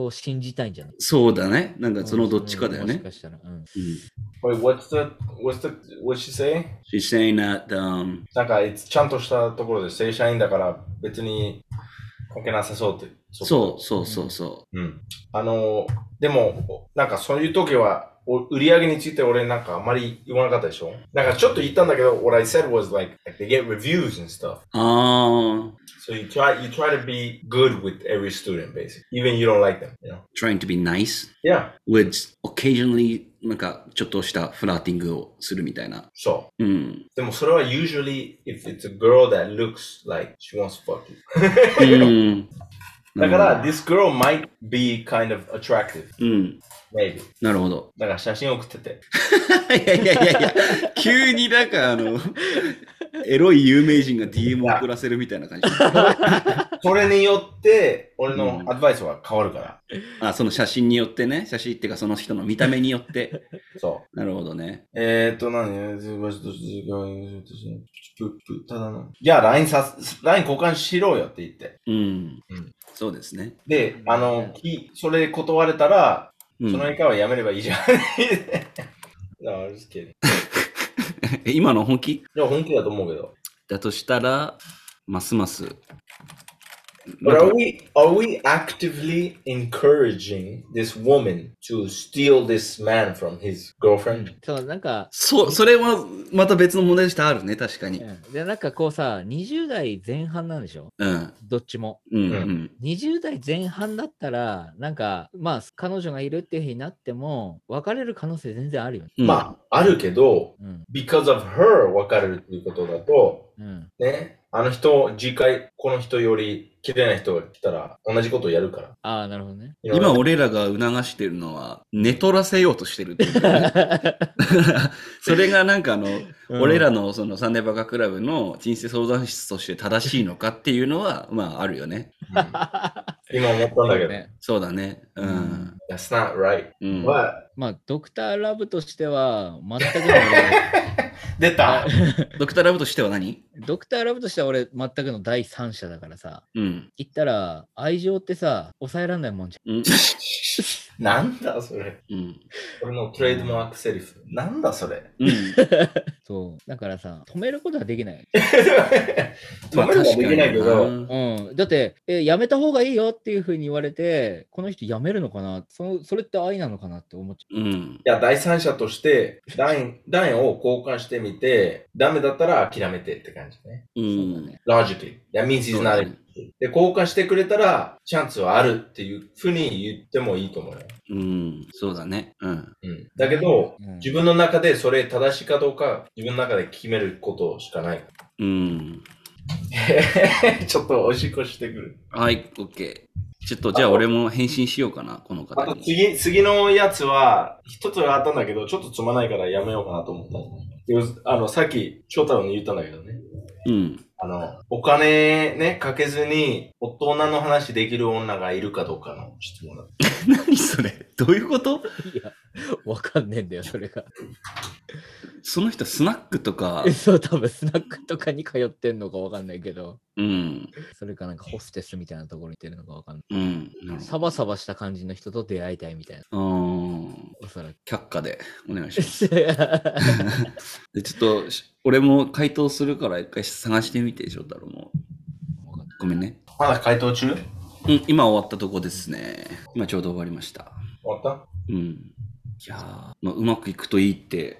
を信じたいんじゃない？ そうだね。なんかそのどっちかだよね。 もしかしたら。 Wait, what's she say? She's saying that, なんか、ちゃんとしたところで正社員だから別に関係なさそうって。 そう。 うん。でも、なんかそういう時は、売り上げについて俺なんかあまり言わなかったでしょ？なんかちょっと言ったんだけど、what I said was like they get reviews and stuff. So you try to be good with every student, basically. Even you don't like them, you know? Trying to be nice. Yeah. With occasionally, なんかちょっとしたフラーティングをするみたいな。 そう。でもそれは usually if it's a girl that looks like she wants to fuck you. だから、this girl might be kind of attractive. Maybe. なるほど。 だから写真送ってて。 いや、急になんかエロい有名人が DM を送らせるみたいな感じ。 それによって、俺のアドバイスは変わるから。 その写真によってね。写真っていうかその人の見た目によって。 そう。 なるほどね。 ただの。じゃあ LINE 交換しろよって言って。 そうですね。 で、それ断れたら、その以下はやめればいいじゃん。 今の本気？ いや、本気だと思うけど。 だとしたら、ますます。 But are we actively encouraging this woman to steal this man from his girlfriend? そう、なんか。 それはまた別の問題としてあるね、確かに。 で、なんかこうさ、20代前半なんでしょ？どっちも。20代前半だったら、なんか、まあ、彼女がいるっていうふうになっても、別れる可能性全然あるよね。 まあ、あるけど、because of her 別れるっていうことだと、ね。次回、この人より綺麗な人が来たら、同じことをやるから。 ああ、なるほどね。 今、俺らが促してるのは、寝取らせようとしてるっていう、ね。それがなんか俺らのそのサンデーバカクラブの人生相談室として正しいのかっていうのは、まあ、あるよね。 今思ったんだけど。 そうだね。 That's not right. まあ、ドクターラブとしては、全く出たドクターラブとしては何？ ドクターラブとしては俺、全くの第三者だからさ。言ったら、愛情ってさ、抑えらんないもんじゃん。 なんだそれ。俺のトレードマークセリフ。なんだそれ。 そう。だからさ、止めることはできない。 止めることはできないけど。 だって、やめた方がいいよっていうふうに言われて、この人やめるのかな？それって愛なのかなって思っちゃう。 いや、第三者として、LINE を交換してみて、ダメだったら諦めてって感じね。Logically. That means he's not in. で、交換してくれたら、チャンスはあるっていうふうに言ってもいいと思うよ。 そうだね。 だけど、自分の中でそれ正しいかどうか、自分の中で決めることしかない。ちょっとおしっこしてくる。 はい、OK。ちょっとじゃあ俺も返信しようかな、この方に。 あと次のやつは、一つあったんだけど、ちょっとつまないからやめようかなと思った。さっき、翔太郎に言ったんだけどね。お金ね、かけずに、大人の話できる女がいるかどうかの質問だ。 何それ？どういうこと？ いや、わかんねえんだよ、それが。 その人スナックとか。 そう、多分スナックとかに通ってんのかわかんないけど。それかなんかホステスみたいなところに行ってるのかわかんない。サバサバした感じの人と出会いたいみたいな。おそらく。 却下でお願いします。でちょっと、俺も回答するから一回探してみて、翔太郎も。ごめんね。 まだ回答中？ 今終わったとこですね。今ちょうど終わりました。 終わった？ いやまあ、うまくいくといいって、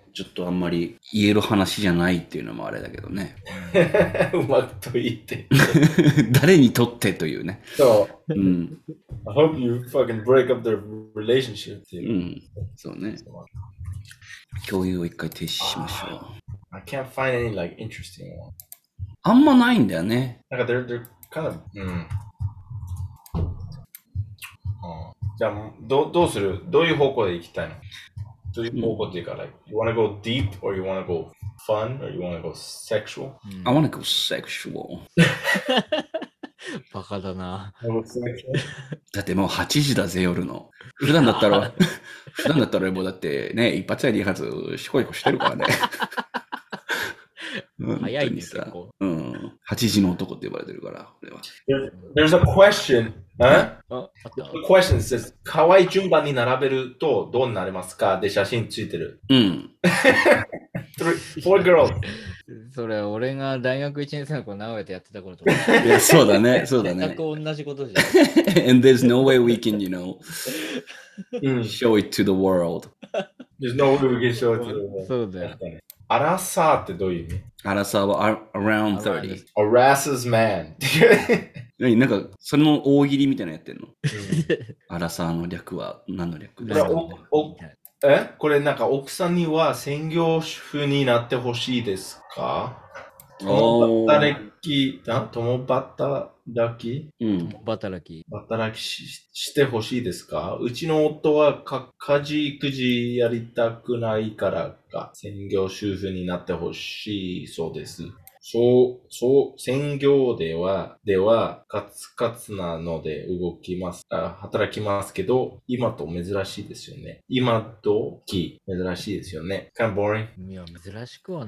ちょっとあんまり言える話じゃないっていうのもあれだけどね。 うまくといいって。 誰にとってというね。 そう。I hope you fucking break up the relationship. そうね。共有を一回停止しましょう。 I can't find any like interesting one. あんまないんだよね。 なんかthey're kind of. じゃあ、どうする？どういう方向で行きたいの？どういう方向っていうか、like, you wanna go deep or you wanna go fun or you wanna go sexual? I wanna go sexual. バカだな。 だってもう8時だぜ、夜の。普段だったらもうだってね、一発や二発、しこいこしてるからね。 早いんですよ。 8時の男って呼ばれてるから、俺は。 There's a question. The question says, 可愛い順番に並べるとどうなりますかで写真ついてる。 うん。 Four girls. それ、俺が大学1年生の頃、直江とやってた頃といや、そうだね、そうだね。 全く同じことじゃん。 And there's no way we can, show it to the world. There's no way we can show it to the world. そうだよ。 アラサーってどういう意味？ アラサーは around 30. Harasses man. なんか、それの大喜利みたいなのやってんの？アラサーの略は何の略ですか？ これなんか奥さんには専業主婦になってほしいですか？共働きしてほしいですか？うちの夫は家事育児やりたくないからか専業主婦になってほしいそうです。専業ではカツカツなので働きますけど、今と珍しいですよね。今と珍しいですよね。kind of boring. いや、珍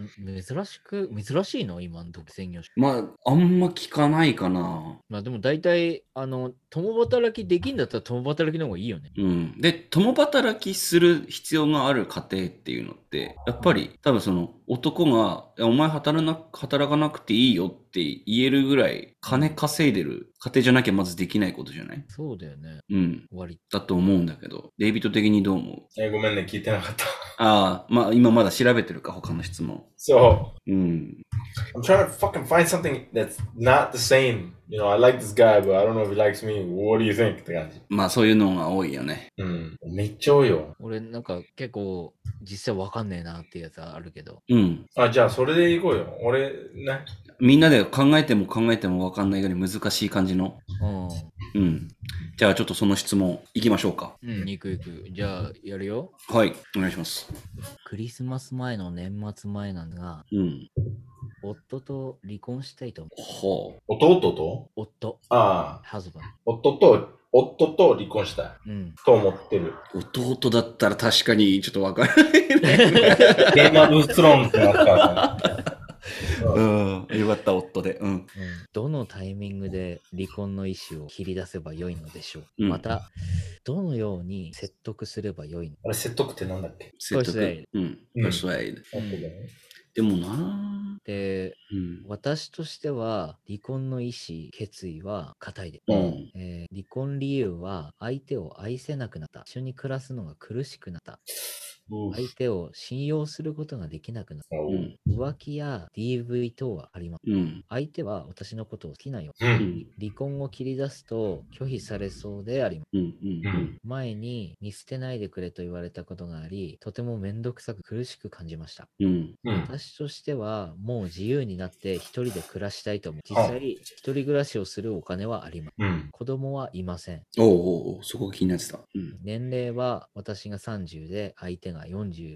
しいの今の時専業主婦。 まあ、あんま聞かないかな。 まあでも大体、共働きできんだったら共働きの方がいいよね。 うん。で、共働きする必要がある家庭っていうのって、やっぱり多分その男が、お前働かなくていいよって言えるぐらい金稼いでる家庭じゃなきゃまずできないことじゃない？ そうだよね。 うん。だと思うんだけど、デイビッド的にどう思う？ ごめんね、聞いてなかった。 ああ、まあ今まだ調べてるか、他の質問。 そう。 うん。 I'm trying to fucking find something that's not the same. I like this guy, but I don't know if he likes me. What do you think? って感じ。 まあそういうのが多いよね。 うん。めっちゃ多いよ。 俺なんか結構実際わかんねえなっていうやつはあるけど。 うん。 じゃあそれでいこうよ。俺ね。 みんなで考えてもわかんないぐらい難しい感じの。うん。じゃあちょっとその質問いきましょうか。 行く。じゃあやるよ。 はい、お願いします。 クリスマス前の年末前なんだが、夫と離婚したいと思う。 ほう。弟と？ 夫。 ハズバン。 夫と離婚したい。と思ってる。 弟だったら確かにちょっとわからない。 ゲームオブスローンってなったらよかった夫で、 どのタイミングで離婚の意思を切り出せばよいのでしょう、またどのように説得すればよいの？ あれ説得ってなんだっけ？ 説得。persuade。でもなで、私としては離婚の意思決意は固いで、離婚理由は相手を愛せなくなった、一緒に暮らすのが苦しくなった、相手を信用することができなくなった。浮気や DV 等はあります。相手は私のことを好きなよ。離婚を切り出すと拒否されそうであります。前に見捨てないでくれと言われたことがあり、とてもめんどくさく苦しく感じました。私としてはもう自由になって一人で暮らしたいと思う。実際一人暮らしをするお金はあります。子供はいません。 そこが気になってた。 年齢は私が30で相手が40。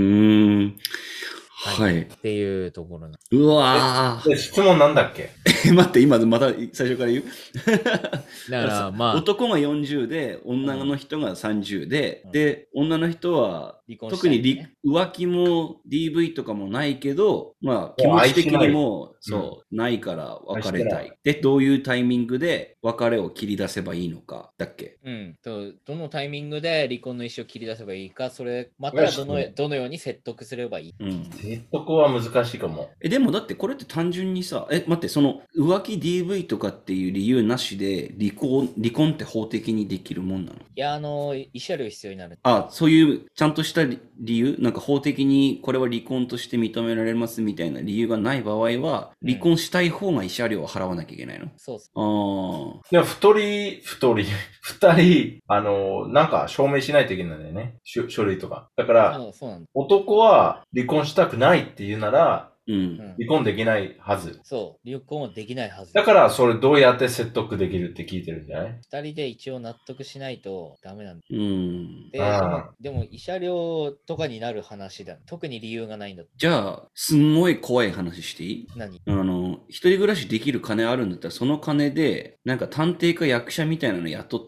はい。 っていうところな。 うわー。質問なんだっけ？ 待って、今また最初から言うだからまあ。 男が40で、女の人が30で、で、女の人は、特に浮気も DV とかもないけど、まあ気持ち的にも、ないから別れたい。で、どういうタイミングで別れを切り出せばいいのか、だっけ？ どのタイミングで離婚の意思を切り出せばいいか、それ、またどのように説得すればいい？ 説得は難しいかも。 でもだってこれって単純にさ、待って、その浮気 DV とかっていう理由なしで離婚って法的にできるもんなの？ いや、慰謝料必要になる。 そういうちゃんとした理由、なんか法的にこれは離婚として認められますみたいな理由がない場合は、離婚したい方が慰謝料を払わなきゃいけないの？ そうそう。 でも二人、なんか証明しないといけないんだよね。書類とか。だから、男は離婚したくないって言うなら、離婚できないはず。 そう、離婚はできないはず。 だから、それどうやって説得できるって聞いてるんじゃない？ 二人で一応納得しないとダメなんだ。でも、慰謝料とかになる話だ。特に理由がないんだ。 じゃあ、すんごい怖い話していい？ 何？ 一人暮らしできる金あるんだったら、その金で、なんか探偵か役者みたいなの雇って、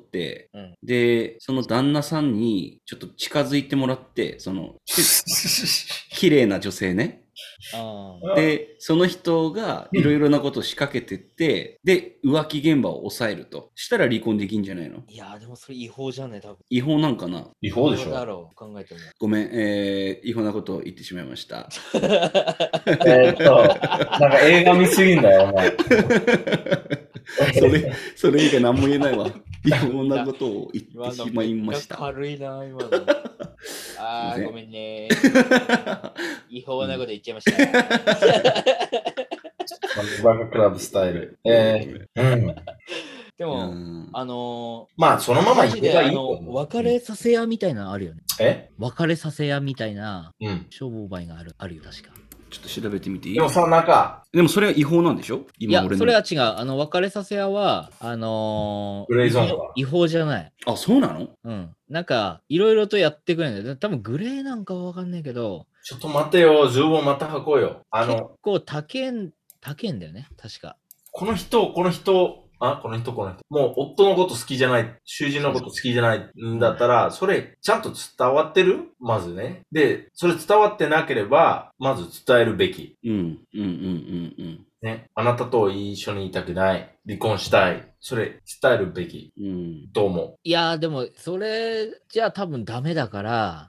で、その旦那さんにちょっと近づいてもらって、その、綺麗な女性ね。 で、その人がいろいろなことを仕掛けてって、で、浮気現場を抑えると。したら離婚できんじゃないの？ いやー、でもそれ違法じゃね、多分。 違法なんかな？ 違法でしょ。 だろう、考えても。 ごめん、違法なことを言ってしまいました。 なんか映画見すぎんだよ、お前。 それ以外何も言えないわ。違法なことを言ってしまいました。 軽いな、今の。ごめんね。違法なこと言っちゃいました。 バカクラブスタイル。 でも、 まあ、そのまま言えばいいと思う。別れさせ屋みたいなのあるよね。 別れさせ屋みたいな商売があるよ、確か。 ちょっと調べてみていい？ でもさ、なんか。 でもそれは違法なんでしょ？ いや、それは違う。別れさせ屋は、 グレーゾーンか。 違法じゃない。 あ、そうなの？ うん。なんか、いろいろとやってくれるんだよ。多分グレーなんかはわかんないけど。 ちょっと待ってよ、ズボンまた履こうよ。 結構高いんだよね、確か。 この人。もう夫のこと好きじゃない、主人のこと好きじゃないんだったら、それちゃんと伝わってる？まずね。で、それ伝わってなければ、まず伝えるべき。ね。あなたと一緒にいたくない。離婚したい。それ伝えるべき。と思う。 いやー、でも、それじゃ多分ダメだから、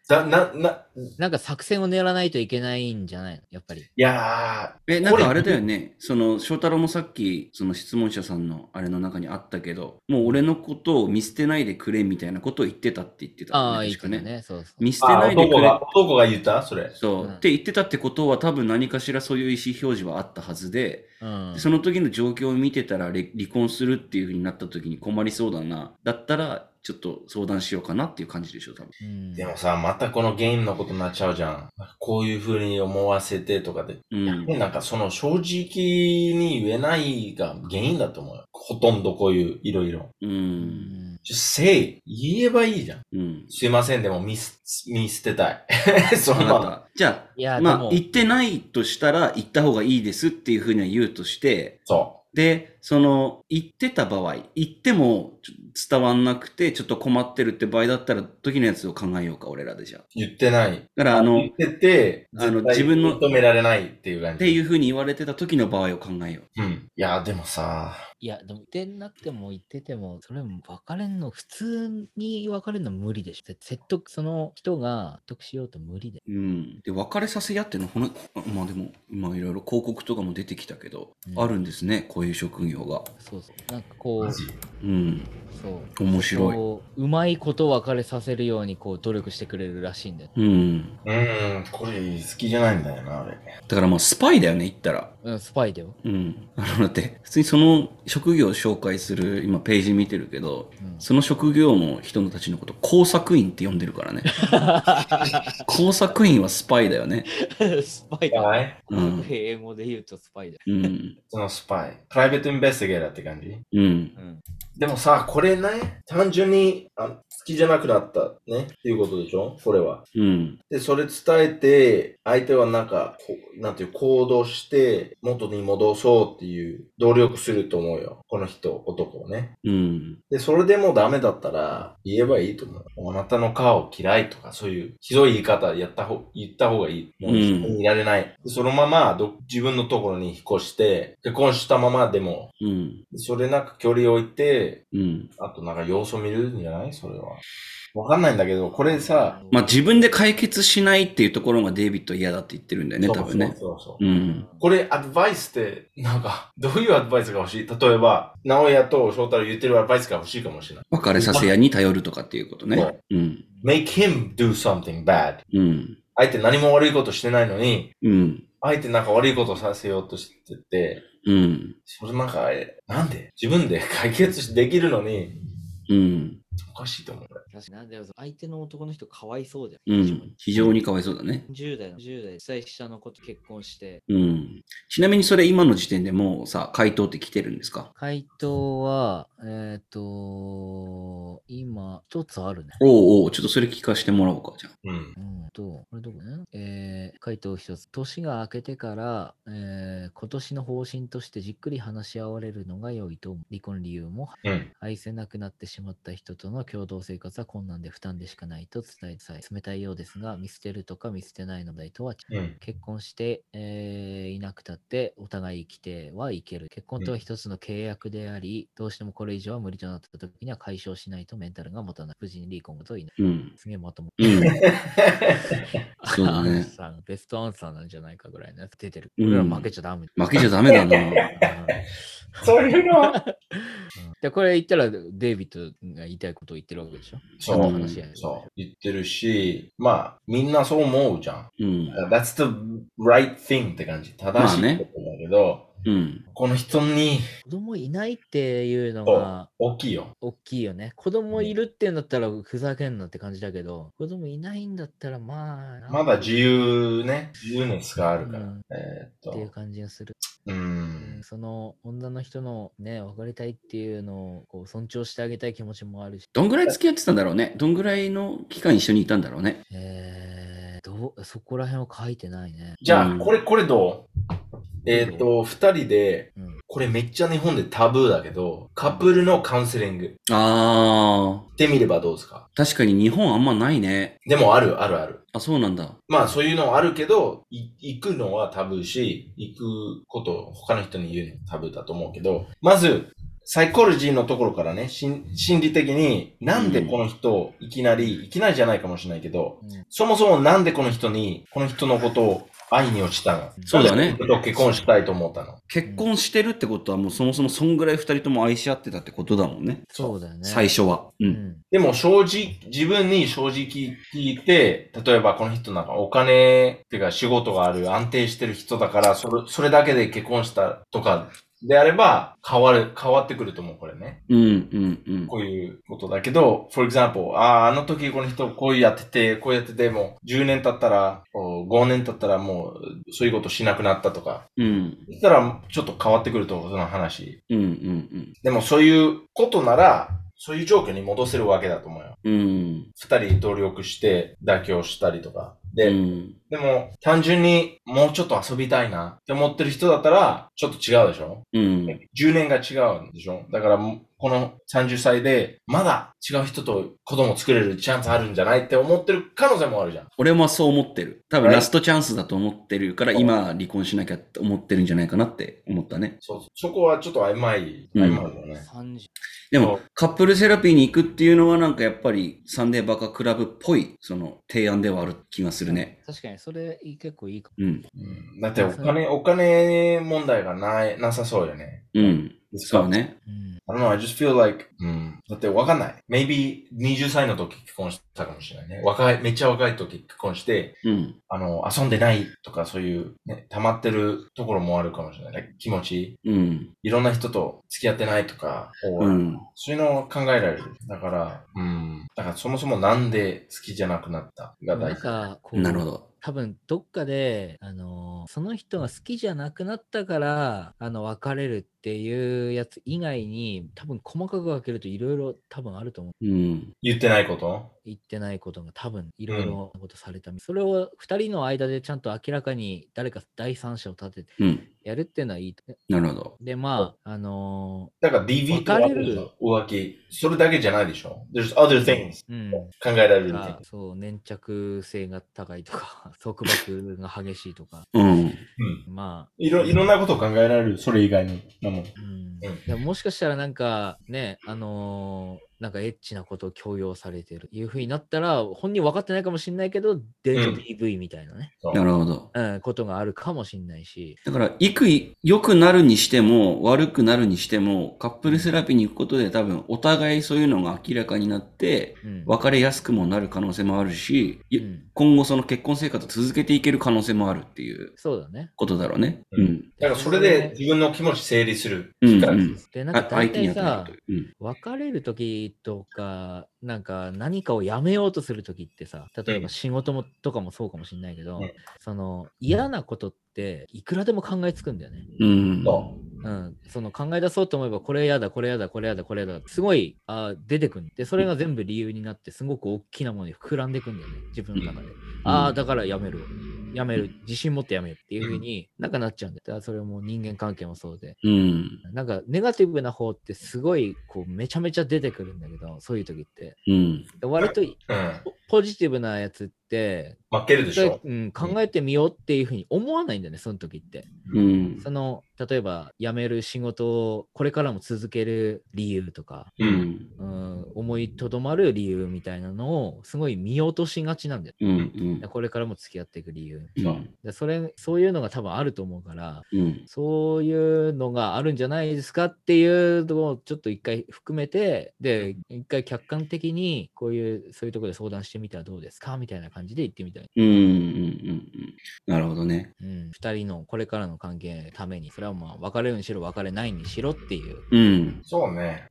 なんか作戦を練らないといけないんじゃないの？やっぱり。いやー。なんかあれだよね。翔太郎もさっき、その質問者さんのあれの中にあったけど、もう俺のことを見捨てないでくれみたいなことを言ってたって言ってたね。確かね。 そう。 見捨てないでくれ。 男が言ったそれ。 そう。って言ってたってことは多分何かしらそういう意思表示はあったはずで、その時の状況を見てたら離婚するっていう風になった時に困りそうだな。だったら、ちょっと相談しようかなっていう感じでしょ、多分。 でもさ、またこのゲームのことになっちゃうじゃん。こういう風に思わせてとかで。なんかその正直に言えないが原因だと思うよ。ほとんどこういういろいろ。言えばいいじゃん。すいません、でも見捨てたい。そのまま。 じゃあ、まあ、言ってないとしたら言った方がいいですっていう風には言うとして、で、言ってた場合、言っても伝わんなくて、ちょっと困ってるって場合だったら、時のやつを考えようか、俺らでじゃあ。 言ってない。 だから言ってて、自分の認められないっていう感じ。 っていう風に言われてた時の場合を考えよう。いや、でもさ。 いや、でも言ってなくても言ってても、それも別れんの、普通に別れるの無理でしょ。その人が説得しようと無理で。 で、別れさせやっての、まあでも、今いろいろ広告とかも出てきたけど、あるんですね、こういう職業が。 そう。なんかこう、 そう。面白い。うまいこと別れさせるように、努力してくれるらしいんだよ。 これ好きじゃないんだよな、あれ。 だからまあ、スパイだよね、言ったら。 スパイだよ。 だって、普通にその職業を紹介する、今ページ見てるけど、その職業の人たちのこと、工作員って呼んでるからね。工作員はスパイだよね。 スパイだね。英語で言うとスパイだよ。 そのスパイ。プライベートインベスティゲーターって感じ。でもさ、これね、単純に好きじゃなくなったねっていうことでしょ？これは。で、それ伝えて、相手はなんか、なんていう行動して元に戻そうっていう努力すると思うよ。この人、男はね。で、それでもダメだったら言えばいいと思う。あなたの顔嫌いとか、そういうひどい言い方言った方がいい。もう一緒にいられない。そのまま自分のところに引っ越して、結婚したままでも、それなんか距離を置いて、あとなんか様子を見るんじゃない？それは。わかんないんだけど、これさ。 まあ自分で解決しないっていうところがデイビッド嫌だって言ってるんだよね、多分ね。 これアドバイスって、なんか、どういうアドバイスが欲しい？例えば、直哉と翔太郎言ってるアドバイスが欲しいかもしれない。 別れさせ屋に頼るとかっていうことね。 make him do something bad. 相手何も悪いことしてないのに、相手なんか悪いことさせようとしてて、それなんか、なんで自分で解決できるのに、おかしいと思う。 確かになんだよ、相手の男の人かわいそうだよ。 非常にかわいそうだね。 10代、実際下の子と結婚して。 ちなみにそれ今の時点でもうさ、回答って来てるんですか？ 回答は、今、一つあるね。 ちょっとそれ聞かせてもらおうか、じゃあ。 これどこね？回答一つ。年が明けてから、今年の方針としてじっくり話し合われるのが良いと思う。離婚理由も、愛せなくなってしまった人ととの共同生活は困難で負担でしかないと伝えてさえ冷たいようですが、見捨てるとか見捨てないの題とは、結婚して、いなくたってお互い生きてはいける。結婚とは一つの契約であり、どうしてもこれ以上は無理となった時には解消しないとメンタルが持たない。無事に離婚といない。すげえまとも。 そうだね。 ベストアンサーなんじゃないかぐらいのやつ出てる。俺ら負けちゃダメ。 負けちゃダメだな。 そういうので、これ言ったらデイビッドが言いたいことを言ってるわけでしょ。ちゃんと話し合い。 そう言ってるし、まあみんなそう思うじゃん。That's the right thing って感じ。正しいことだけど、この人に子供いないっていうのが大きいよ。 大きいよね。子供いるっていうんだったらふざけんなって感じだけど、子供いないんだったらまあ。 まだ自由ネスがあるから。 っていう感じがする。その女の人のね、別れたいっていうのをこう尊重してあげたい気持ちもあるし。 どんぐらい付き合ってたんだろうね。どんぐらいの期間一緒にいたんだろうね。 そこら辺は書いてないね。 じゃあ、これどう二人で、これめっちゃ日本でタブーだけど、カップルのカウンセリング。ってみればどうですか？ 確かに日本あんまないね。 でもある。 あ、そうなんだ。 まあそういうのあるけど、行くのはタブーし、行くこと他の人に言うのタブーだと思うけど、まず、サイコロジーのところからね、心理的に、なんでこの人、いきなりじゃないかもしれないけど、そもそもなんでこの人のことを愛に落ちたの？ そうだね。 結婚したいと思ったの？ 結婚してるってことはもうそもそもそんぐらい二人とも愛し合ってたってことだもんね。 そうだよね。 最初は。 でも自分に正直聞いて、例えばこの人なんかお金っていうか仕事がある安定してる人だから、それだけで結婚したとか、であれば、変わってくると思う、これね。こういうことだけど、for example、あの時この人こうやってて、もう10年経ったら、5年経ったらもうそういうことしなくなったとか。そしたらちょっと変わってくると、その話。でもそういうことなら、そういう状況に戻せるわけだと思うよ。二人努力して妥協したりとか。でも単純にもうちょっと遊びたいなって思ってる人だったら、ちょっと違うでしょ？10年が違うんでしょ？だからこの30歳でまだ違う人と子供作れるチャンスあるんじゃないって思ってる可能性もあるじゃん。 俺もそう思ってる。多分ラストチャンスだと思ってるから今離婚しなきゃって思ってるんじゃないかなって思ったね。 そこはちょっと曖昧だよね。 でも、カップルセラピーに行くっていうのはなんかやっぱりサンデーバカクラブっぽいその提案ではある気がするね。 確かにそれ結構いいかも。だってお金問題がなさそうよね。 そうね。 I don't know, I just feel like, だってわかんない。maybe 20歳の時結婚したかもしれないね。めっちゃ若い時結婚して、遊んでないとかそういうね、溜まってるところもあるかもしれない。気持ち。いろんな人と付き合ってないとか、そういうのを考えられる。だからそもそもなんで好きじゃなくなったが大事。 なるほど。 多分どっかで、その人が好きじゃなくなったから、別れるっていうやつ以外に、多分細かく分けるといろいろ多分あると思う。 言ってないことが多分いろいろなことされた。それを二人の間でちゃんと明らかに誰か第三者を立ててやるっていうのはいい。 なるほど。 で、まあ、 だから DV とか浮気、それだけじゃないでしょ。There's other things、考えられる。 そう、粘着性が高いとか、束縛が激しいとか。まあ。 いろんなことを考えられる、それ以外に。 でももしかしたらなんかね、なんかエッチなことを強要されてるいう風になったら、本人分かってないかもしれないけど、デート DV みたいなね。 なるほど。 ことがあるかもしれないし。 だから、良くなるにしても、悪くなるにしても、カップルセラピーに行くことで多分、お互いそういうのが明らかになって、別れやすくもなる可能性もあるし、今後その結婚生活を続けていける可能性もあるっていう。 そうだね。 ことだろうね。 だからそれで自分の気持ち整理する。 で、なんか大体さ、別れるときとか、なんか何かをやめようとするときってさ、例えば仕事とかもそうかもしれないけど、その嫌なことっていくらでも考えつくんだよね。その考え出そうと思えば、これやだ、これやだ、これやだ、これやだ、すごい出てくる。で、それが全部理由になって、すごく大きなものに膨らんでいくんだよね、自分の中で。だからやめる。 やめる、自信持ってやめるっていう風になんかなっちゃうんだよ。だからそれも人間関係もそうで。なんかネガティブな方ってすごいこうめちゃめちゃ出てくるんだけど、そういう時って。割とポジティブなやつって負けるでしょ、 考えてみようっていうふうに思わないんだよね、その時って。その例えば辞める仕事をこれからも続ける理由とか、思いとどまる理由みたいなのをすごい見落としがちなんだよ。これからも付き合っていく理由。そういうのが多分あると思うから、そういうのがあるんじゃないですかっていうのをちょっと一回含めて、で、一回客観的にそういうところで相談してみたらどうですかみたいな感じで言ってみたい。 なるほどね。 二人のこれからの関係のために、それはまあ別れるにしろ別れないにしろっていう。 そうね。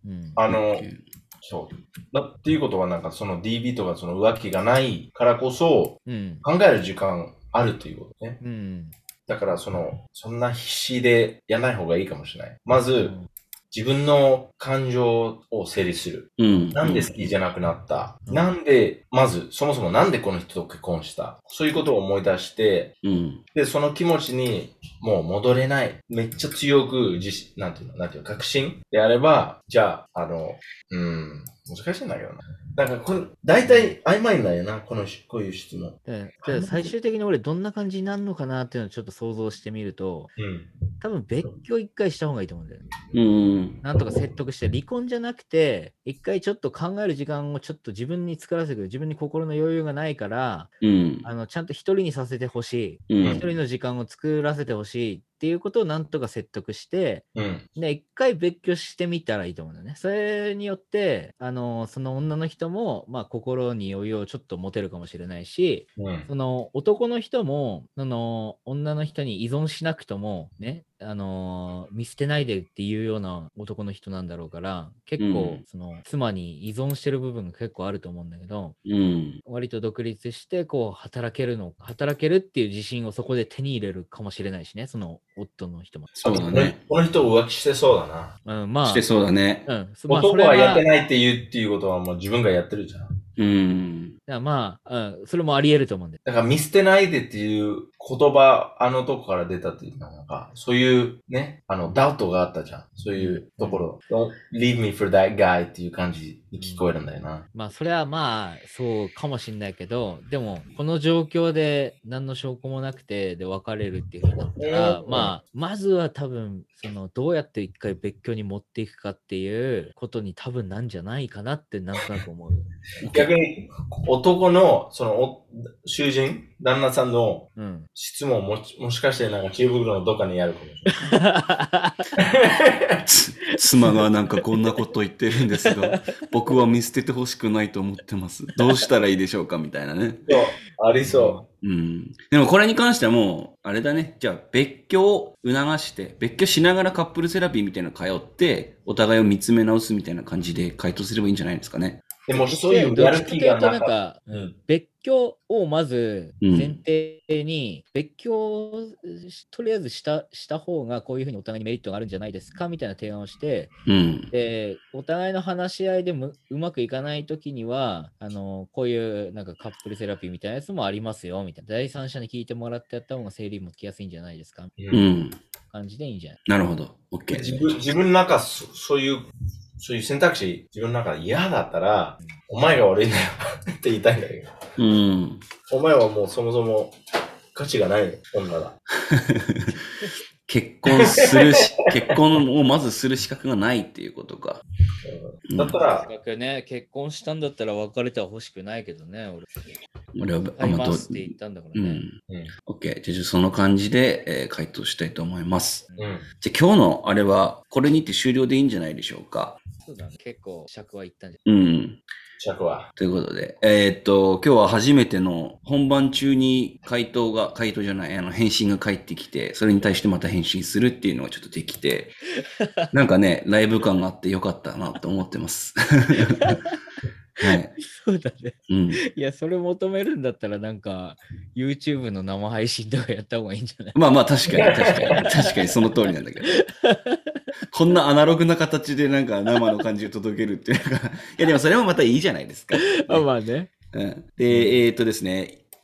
そうっていうことはなんかその DV とかその浮気がないからこそ、考える時間あるということね。だからそんな必死でやらない方がいいかもしれない。まず、自分の感情を整理する。なんで好きじゃなくなった、なんで、まず、そもそもなんでこの人と結婚した、そういうことを思い出して、で、その気持ちにもう戻れない。めっちゃ強くなんていうの、確信であれば、じゃあ、難しいんだけどな。なんかこれ、大体曖昧なんよな、こういう質問。 最終的に俺どんな感じになるのかなっていうのをちょっと想像してみると、多分別居一回した方がいいと思うんだよね。なんとか説得して、離婚じゃなくて、一回ちょっと考える時間をちょっと自分に作らせてくる。自分に心の余裕がないから、ちゃんと一人にさせてほしい。一人の時間を作らせてほしいっていうことをなんとか説得して、で、一回別居してみたらいいと思うんだよね。それによって、その女の人も、まあ、心に余裕をちょっと持てるかもしれないし、その男の人も、女の人に依存しなくとも、ね、見捨てないでっていうような男の人なんだろうから、結構、妻に依存してる部分が結構あると思うんだけど、割と独立して、こう、働けるっていう自信をそこで手に入れるかもしれないしね、その夫の人も。 そうだね。 この人浮気してそうだな。まあ。してそうだね。 男はやってないって言うっていうことはもう自分がやってるじゃん。 まあ、それもあり得ると思うんで。 だから見捨てないでっていう言葉、とこから出たっていうのが、そういうね、ダウトがあったじゃん。そういうところ。Don't leave me for that guy っていう感じに聞こえるんだよな。 まあ、それはまあ、そうかもしんないけど、でも、この状況で何の証拠もなくて、で、別れるっていうふうになったら、まあ、まずは多分、どうやって一回別居に持っていくかっていうことに多分なんじゃないかなってなんとなく思う。 逆に、男の、囚人、旦那さんの質問もしかしてなんか知恵袋のどっかにあるかもしれない。 妻がなんかこんなこと言ってるんですが、僕は見捨ててほしくないと思ってます。どうしたらいいでしょうかみたいなね。 そう、ありそう。 でもこれに関してはもう、あれだね。じゃあ別居を促して、別居しながらカップルセラピーみたいなの通って、お互いを見つめ直すみたいな感じで回答すればいいんじゃないですかね。 でもそういうやる気がなかった。 別居をまず前提に、別居をとりあえずした方がこういうふうにお互いにメリットがあるんじゃないですかみたいな提案をして、でお互いの話し合いでうまくいかないときにはこういうなんかカップルセラピーみたいなやつもありますよみたいな、第三者に聞いてもらってやった方が整理もつきやすいんじゃないですかみたいな感じでいいんじゃない？ なるほど。OK。 自分の中そういう選択肢、自分の中で嫌だったら、お前が悪いんだよって言いたいんだけど。お前はもうそもそも価値がない女だ。 結婚をまずする資格がないっていうことか。 だったら、 結婚したんだったら別れては欲しくないけどね、 俺はありますって言ったんだからね。 OK。じゃあその感じで、回答したいと思います。じゃあ今日のあれは、これにて終了でいいんじゃないでしょうか。 そうだね。結構尺はいったんじゃない？ 尺は。 ということで、今日は初めての本番中に返信が返ってきて、それに対してまた返信するっていうのがちょっとできて、なんかね、ライブ感があってよかったなと思ってます。はい。 そうだね。いや、それ求めるんだったらなんか、YouTube の生配信とかやった方がいいんじゃない？ まあ確かにその通りなんだけど。こんなアナログな形でなんか生の感じを届けるっていうか、いやでもそれもまたいいじゃないですか。 まあね。 で、ですね、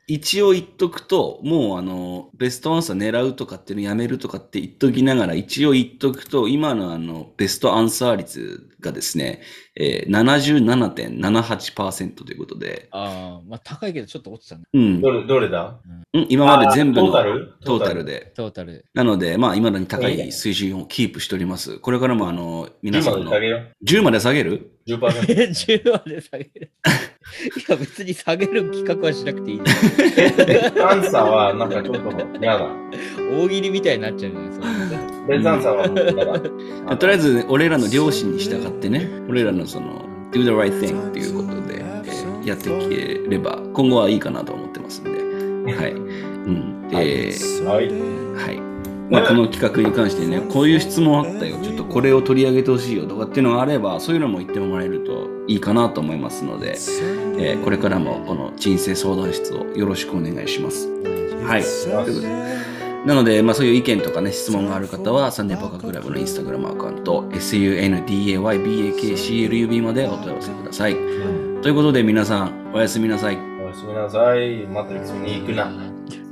一応言っとくと、もうベストアンサー狙うとかっていうのやめるとかって言っときながら、一応言っとくと、今のベストアンサー率がですね、77.78% ということで。 ああ、まあ高いけどちょっと落ちたね。 うん。どれだ？ 今まで全部のトータルで。 トータル。 なので、まあ、未だに高い水準をキープしております。これからも皆さんの。10まで下げる ？10%。 10まで下げる。いや、別に下げる企画はしなくていい。 アンサーはなんかちょっと嫌だ。 大喜利みたいになっちゃうじゃないですか。 ベストアンサーは嫌だ。とりあえず、俺らの良心に従ってね、俺らのdo the right thing っていうことで、やっていければ、今後はいいかなと思ってますんで。はい。はい。まあ、この企画に関してね、こういう質問あったよ、ちょっとこれを取り上げてほしいよとかっていうのがあれば、そういうのも言ってもらえるといいかなと思いますので、これからもこの人生相談室をよろしくお願いします。はい。ということで、なので、まあ、そういう意見とかね、質問がある方は、サンデーバカクラブのインスタグラムアカウント、sundaybakclub までお問い合わせください。ということで、皆さん、おやすみなさい。 おやすみなさい。またいつに行くな。